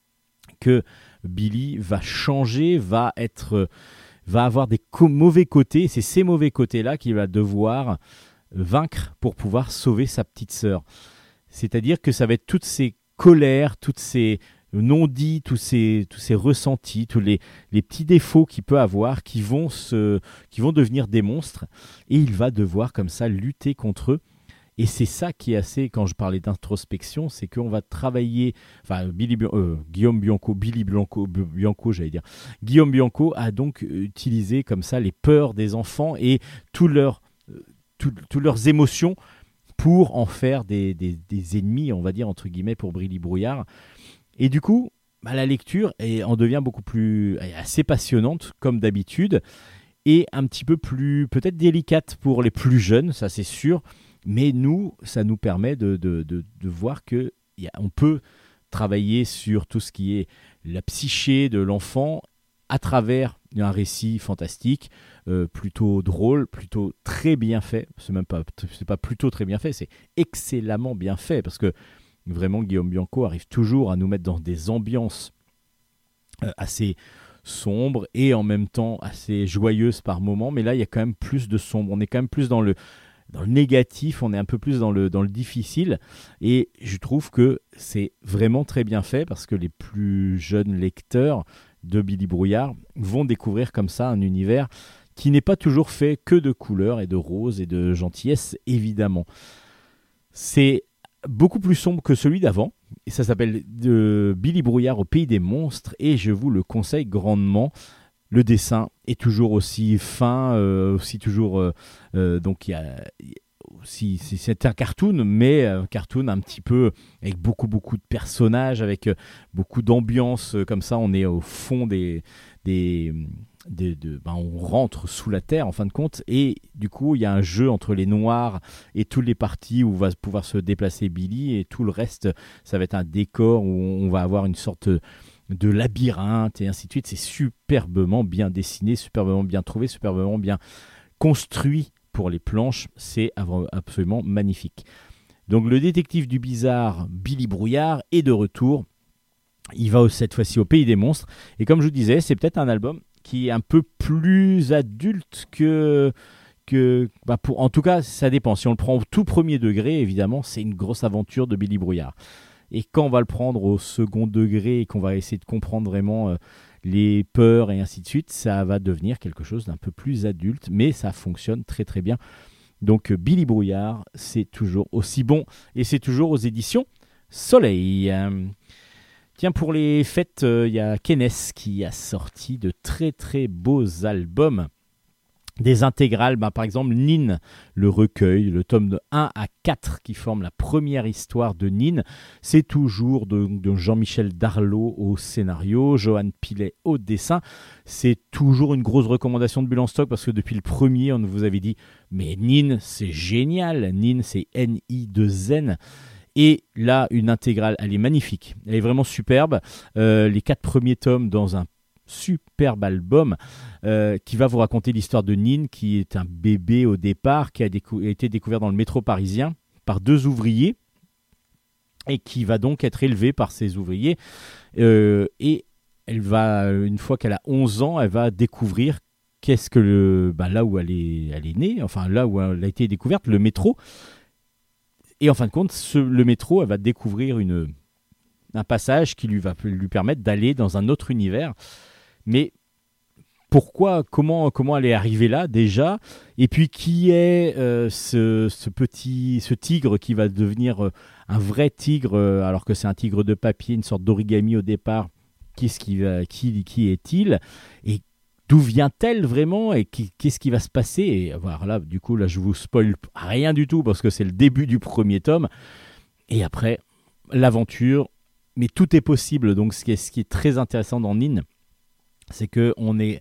que Billy va changer, va être... Euh, va avoir des co- mauvais côtés, c'est ces mauvais côtés-là qu'il va devoir vaincre pour pouvoir sauver sa petite sœur. C'est-à-dire que ça va être toutes ces colères, toutes ces non-dits, tous ces, tous ces ressentis, tous les, les petits défauts qu'il peut avoir qui vont, se, qui vont devenir des monstres et il va devoir comme ça lutter contre eux. Et c'est ça qui est assez, quand je parlais d'introspection, c'est qu'on va travailler, enfin Billy, euh, Guillaume Bianco, Billy Bianco, Bianco, j'allais dire, Guillaume Bianco a donc utilisé comme ça les peurs des enfants et tous leurs, tout, tout leurs émotions pour en faire des, des, des ennemis, on va dire entre guillemets, pour Billy Brouillard. Et du coup, bah, la lecture est, en devient beaucoup plus, assez passionnante comme d'habitude et un petit peu plus, peut-être délicate pour les plus jeunes, ça c'est sûr. Mais nous, ça nous permet de, de, de, de voir qu'on peut travailler sur tout ce qui est la psyché de l'enfant à travers un récit fantastique, euh, plutôt drôle, plutôt très bien fait. C'est même pas, c'est pas plutôt très bien fait, c'est excellemment bien fait parce que vraiment Guillaume Bianco arrive toujours à nous mettre dans des ambiances euh, assez sombres et en même temps assez joyeuses par moments. Mais là, il y a quand même plus de sombre. On est quand même plus dans le Dans le négatif, on est un peu plus dans le, dans le difficile et je trouve que c'est vraiment très bien fait parce que les plus jeunes lecteurs de Billy Brouillard vont découvrir comme ça un univers qui n'est pas toujours fait que de couleurs et de roses et de gentillesse, évidemment. C'est beaucoup plus sombre que celui d'avant et ça s'appelle de Billy Brouillard au pays des monstres et je vous le conseille grandement. Le dessin est toujours aussi fin, euh, aussi toujours euh, euh, donc il y a aussi c'est, c'est un cartoon, mais un cartoon un petit peu avec beaucoup beaucoup de personnages, avec euh, beaucoup d'ambiance euh, comme ça. On est au fond des des, des de, ben, on rentre sous la terre en fin de compte et du coup il y a un jeu entre les noirs et toutes les parties où va pouvoir se déplacer Billy et tout le reste ça va être un décor où on va avoir une sorte de labyrinthe et ainsi de suite. C'est superbement bien dessiné, superbement bien trouvé, superbement bien construit pour les planches. C'est absolument magnifique. Donc le détective du bizarre Billy Brouillard est de retour. Il va cette fois-ci au pays des monstres. Et comme je vous disais, c'est peut-être un album qui est un peu plus adulte que... que bah pour, en tout cas, ça dépend. Si on le prend au tout premier degré, évidemment, c'est une grosse aventure de Billy Brouillard. Et quand on va le prendre au second degré et qu'on va essayer de comprendre vraiment euh, les peurs et ainsi de suite, ça va devenir quelque chose d'un peu plus adulte, mais ça fonctionne très très bien. Donc euh, Billy Brouillard, c'est toujours aussi bon et c'est toujours aux éditions soleil. Euh, Tiens, pour les fêtes, il euh, y a Kenes qui a sorti de très très beaux albums. Des intégrales, bah, par exemple Nin, le recueil, le tome de un à quatre qui forme la première histoire de Nin. C'est toujours de, de Jean-Michel Darlot au scénario, Johan Pilet au dessin. C'est toujours une grosse recommandation de Bulle en Stock parce que depuis le premier, on vous avait dit « Mais Nin, c'est génial !» Nin, c'est N I deux N. Et là, une intégrale, elle est magnifique. Elle est vraiment superbe. Euh, les quatre premiers tomes dans un superbe album euh, qui va vous raconter l'histoire de Nin, qui est un bébé au départ, qui a, décou- a été découvert dans le métro parisien par deux ouvriers et qui va donc être élevé par ces ouvriers. Euh, et elle va, une fois qu'elle a onze ans, elle va découvrir qu'est-ce que le, bah là où elle est, elle est née, enfin là où elle a été découverte, le métro. Et en fin de compte, ce, le métro, elle va découvrir une, un passage qui lui va lui permettre d'aller dans un autre univers. Mais pourquoi, comment, comment elle est arrivée là déjà ? Et puis qui est euh, ce, ce petit, ce tigre qui va devenir euh, un vrai tigre euh, alors que c'est un tigre de papier, une sorte d'origami au départ. Qu'est-ce qui, va, qui, qui est-il ? Et d'où vient-elle vraiment ? Et qui, qu'est-ce qui va se passer ? Et voilà, là, du coup, là, je vous spoil rien du tout parce que c'est le début du premier tome. Et après, l'aventure. Mais tout est possible. Donc, ce qui est, ce qui est très intéressant dans Nin, c'est qu'on est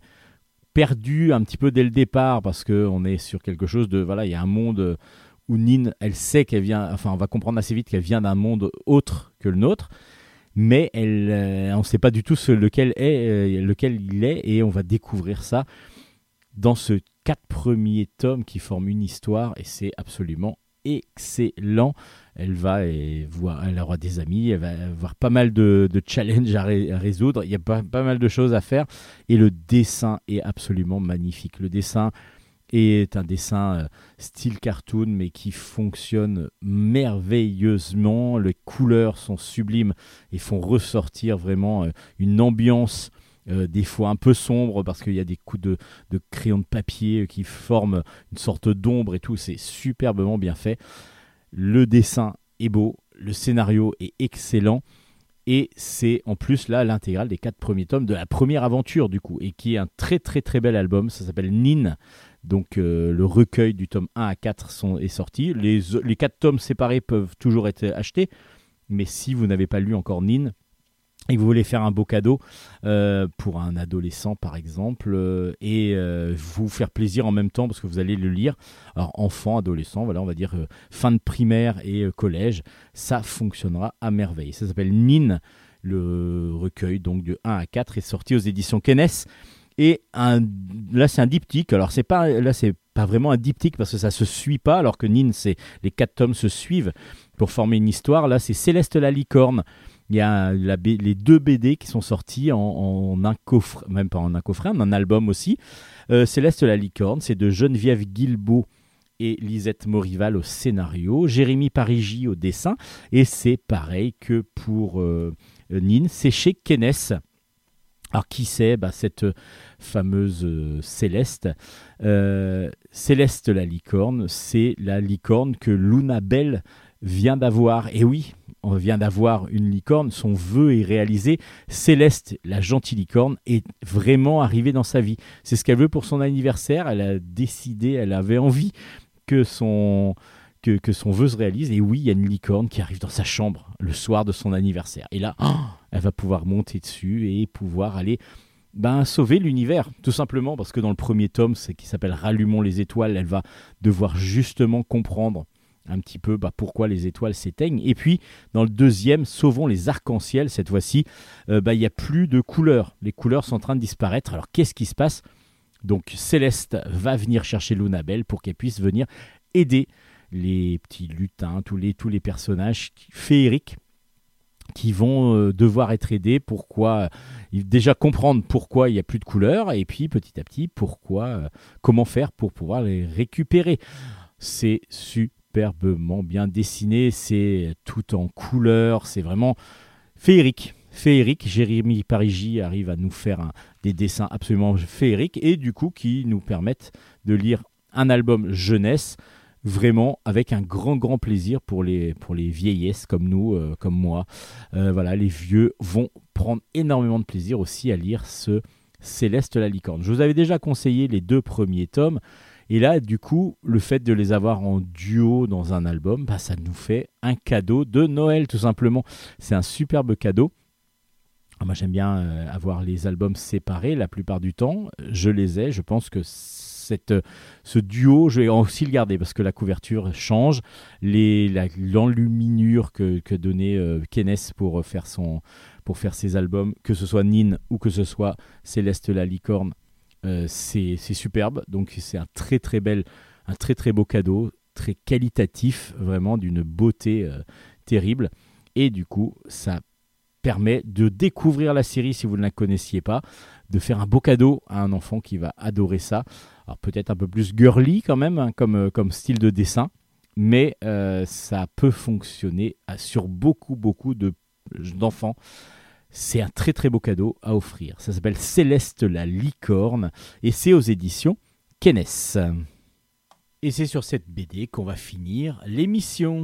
perdu un petit peu dès le départ parce qu'on est sur quelque chose de... Voilà, il y a un monde où Nin, elle sait qu'elle vient... Enfin, on va comprendre assez vite qu'elle vient d'un monde autre que le nôtre, mais elle, euh, on ne sait pas du tout ce, lequel, est, euh, lequel il est, et on va découvrir ça dans ce quatre premiers tomes qui forment une histoire, et c'est absolument excellent. Elle va et voir, elle aura des amis, elle va avoir pas mal de, de challenges à, ré, à résoudre, il y a pas, pas mal de choses à faire, et le dessin est absolument magnifique. Le dessin est un dessin euh, style cartoon, mais qui fonctionne merveilleusement. Les couleurs sont sublimes et font ressortir vraiment euh, une ambiance Euh, des fois un peu sombre parce qu'il y a des coups de, de crayon de papier qui forment une sorte d'ombre et tout, c'est superbement bien fait. Le dessin est beau, le scénario est excellent et c'est en plus là l'intégrale des quatre premiers tomes de la première aventure du coup, et qui est un très très très bel album. Ça s'appelle Nin, donc euh, le recueil du tome un à quatre sont, est sorti. Les, les quatre tomes séparés peuvent toujours être achetés, mais si vous n'avez pas lu encore Nin et que vous voulez faire un beau cadeau euh, pour un adolescent par exemple, euh, et euh, vous faire plaisir en même temps parce que vous allez le lire, alors enfant, adolescent, voilà, on va dire euh, fin de primaire et euh, collège, ça fonctionnera à merveille. Ça s'appelle Nin, le recueil donc de un à quatre est sorti aux éditions Kenes, et un, là c'est un diptyque. Alors c'est pas, là c'est pas vraiment un diptyque parce que ça se suit pas, alors que Nin, c'est les quatre tomes se suivent pour former une histoire. Là c'est Céleste la licorne. Il y a la B, les deux B D qui sont sortis en, en un coffret, même pas en un coffret, en un album aussi. Euh, Céleste la licorne, c'est de Geneviève Guilbeault et Lisette Morival au scénario, Jérémy Parigi au dessin, et c'est pareil que pour euh, Nin, c'est chez Kenes. Alors qui c'est ? Bah, cette fameuse euh, Céleste. Euh, Céleste la licorne, c'est la licorne que Luna Bell vient d'avoir. Et oui, on vient d'avoir une licorne, son vœu est réalisé. Céleste, la gentille licorne, est vraiment arrivée dans sa vie. C'est ce qu'elle veut pour son anniversaire. Elle a décidé, elle avait envie que son, que, que son vœu se réalise. Et oui, il y a une licorne qui arrive dans sa chambre le soir de son anniversaire. Et là, oh, elle va pouvoir monter dessus et pouvoir aller ben, sauver l'univers, tout simplement. Parce que dans le premier tome, c'est qui s'appelle Rallumons les étoiles, elle va devoir justement comprendre un petit peu bah, pourquoi les étoiles s'éteignent. Et puis, dans le deuxième, Sauvons les arcs-en-ciel, cette fois-ci, euh, bah, il n'y a plus de couleurs. Les couleurs sont en train de disparaître. Alors, qu'est-ce qui se passe ? Donc, Céleste va venir chercher Luna Bell pour qu'elle puisse venir aider les petits lutins, tous les, tous les personnages féeriques qui vont euh, devoir être aidés. Pourquoi euh, déjà comprendre pourquoi il n'y a plus de couleurs, et puis, petit à petit, pourquoi, euh, comment faire pour pouvoir les récupérer. C'est super. Superbement bien dessiné, c'est tout en couleurs, c'est vraiment féerique. Féerique, Jérémy Parigi arrive à nous faire un, des dessins absolument féeriques et du coup qui nous permettent de lire un album jeunesse vraiment avec un grand grand plaisir pour les, pour les vieillesses comme nous, euh, comme moi. Euh, voilà, les vieux vont prendre énormément de plaisir aussi à lire ce Céleste la licorne. Je vous avais déjà conseillé les deux premiers tomes, et là du coup le fait de les avoir en duo dans un album, bah, ça nous fait un cadeau de Noël tout simplement. C'est un superbe cadeau. Moi j'aime bien euh, avoir les albums séparés la plupart du temps, je les ai, je pense que cette, ce duo je vais aussi le garder parce que la couverture change, les, la, l'enluminure que, que donnait euh, Kenneth pour faire, son, pour faire ses albums, que ce soit Nin ou que ce soit Céleste la licorne, euh, c'est, c'est superbe, donc c'est un très très bel, un très très beau cadeau, très qualitatif, vraiment d'une beauté euh, terrible, et du coup ça permet de découvrir la série si vous ne la connaissiez pas, de faire un beau cadeau à un enfant qui va adorer ça. Alors peut-être un peu plus girly quand même, hein, comme, comme style de dessin, mais euh, ça peut fonctionner sur beaucoup beaucoup de, d'enfants. C'est un très très beau cadeau à offrir. Ça s'appelle Céleste la licorne et c'est aux éditions Kenneth. Et c'est sur cette B D qu'on va finir l'émission.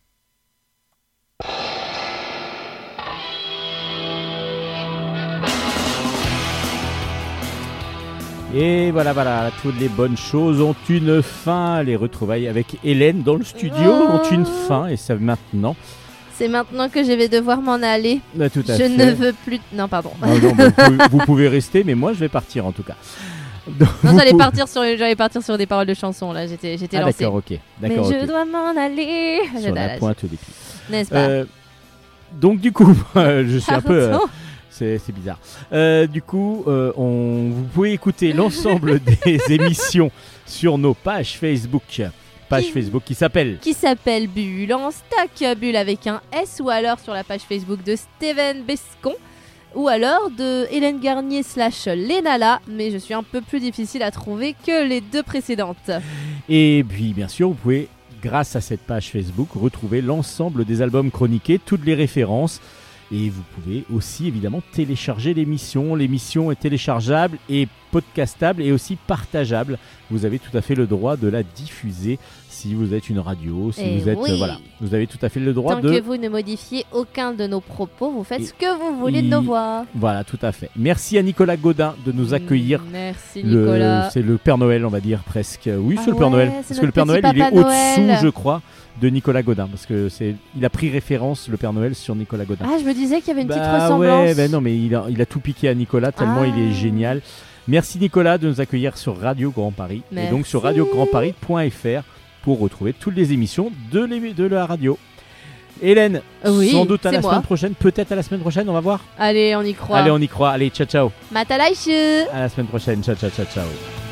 Et voilà, voilà, toutes les bonnes choses ont une fin. Les retrouvailles avec Hélène dans le studio Oh. ont une fin. Et ça maintenant. C'est maintenant que je vais devoir m'en aller. Bah, tout à Je fait. ne veux plus. Non, pardon. Ah non, bah, vous, pouvez, vous pouvez rester, mais moi je vais partir en tout cas. Donc, Non, vous j'allais pouvez- partir sur, j'allais partir sur des paroles de chansons là. J'étais, j'étais Ah lancée. d'accord, ok. Mais D'accord, je ok. dois m'en aller. Sur la pointe des pieds. N'est-ce pas? Euh, donc du coup, je suis un peu... euh, Pardon. C'est, c'est bizarre. Euh, du coup, euh, on, vous pouvez écouter l'ensemble des émissions sur nos pages Facebook. Page Qui- Facebook qui s'appelle... Qui s'appelle Bulle en stack, Bulle avec un S, ou alors sur la page Facebook de Steven Bescon, ou alors de Hélène Garnier slash Lénala, mais je suis un peu plus difficile à trouver que les deux précédentes. Et puis, bien sûr, vous pouvez, grâce à cette page Facebook, retrouver l'ensemble des albums chroniqués, toutes les références. Et vous pouvez aussi, évidemment, télécharger l'émission. L'émission est téléchargeable et podcastable et aussi partageable. Vous avez tout à fait le droit de la diffuser si vous êtes une radio, si Eh vous êtes... oui. euh, voilà, vous avez tout à fait le droit Tant de... que vous ne modifiez aucun de nos propos, vous faites Et- ce que vous voulez de il- nos voix. Voilà, tout à fait. Merci à Nicolas Godin de nous accueillir. Merci Le- Nicolas. c'est le Père Noël, on va dire presque. Oui, Ah c'est le Père ouais, Noël. c'est Parce que le notre Père Noël, petit il est Papa au-dessous, Noël. je crois, de Nicolas Godin. Parce que c'est, il a pris référence, le Père Noël, sur Nicolas Godin. Ah, je me disais qu'il y avait une petite Bah ressemblance. ouais, bah non, mais il a, il a tout piqué à Nicolas, tellement Ah. il est génial. Merci Nicolas de nous accueillir sur Radio Grand Paris. Et donc sur Merci. radio grand paris point f r pour retrouver toutes les émissions de, l'é- de la radio. Hélène, Oui, sans doute à c'est la moi. semaine prochaine, peut-être à la semaine prochaine, on va voir. Allez, on y croit. Allez, on y croit. Allez, ciao, ciao. Matalaishu. À la semaine prochaine. Ciao, ciao, ciao, ciao.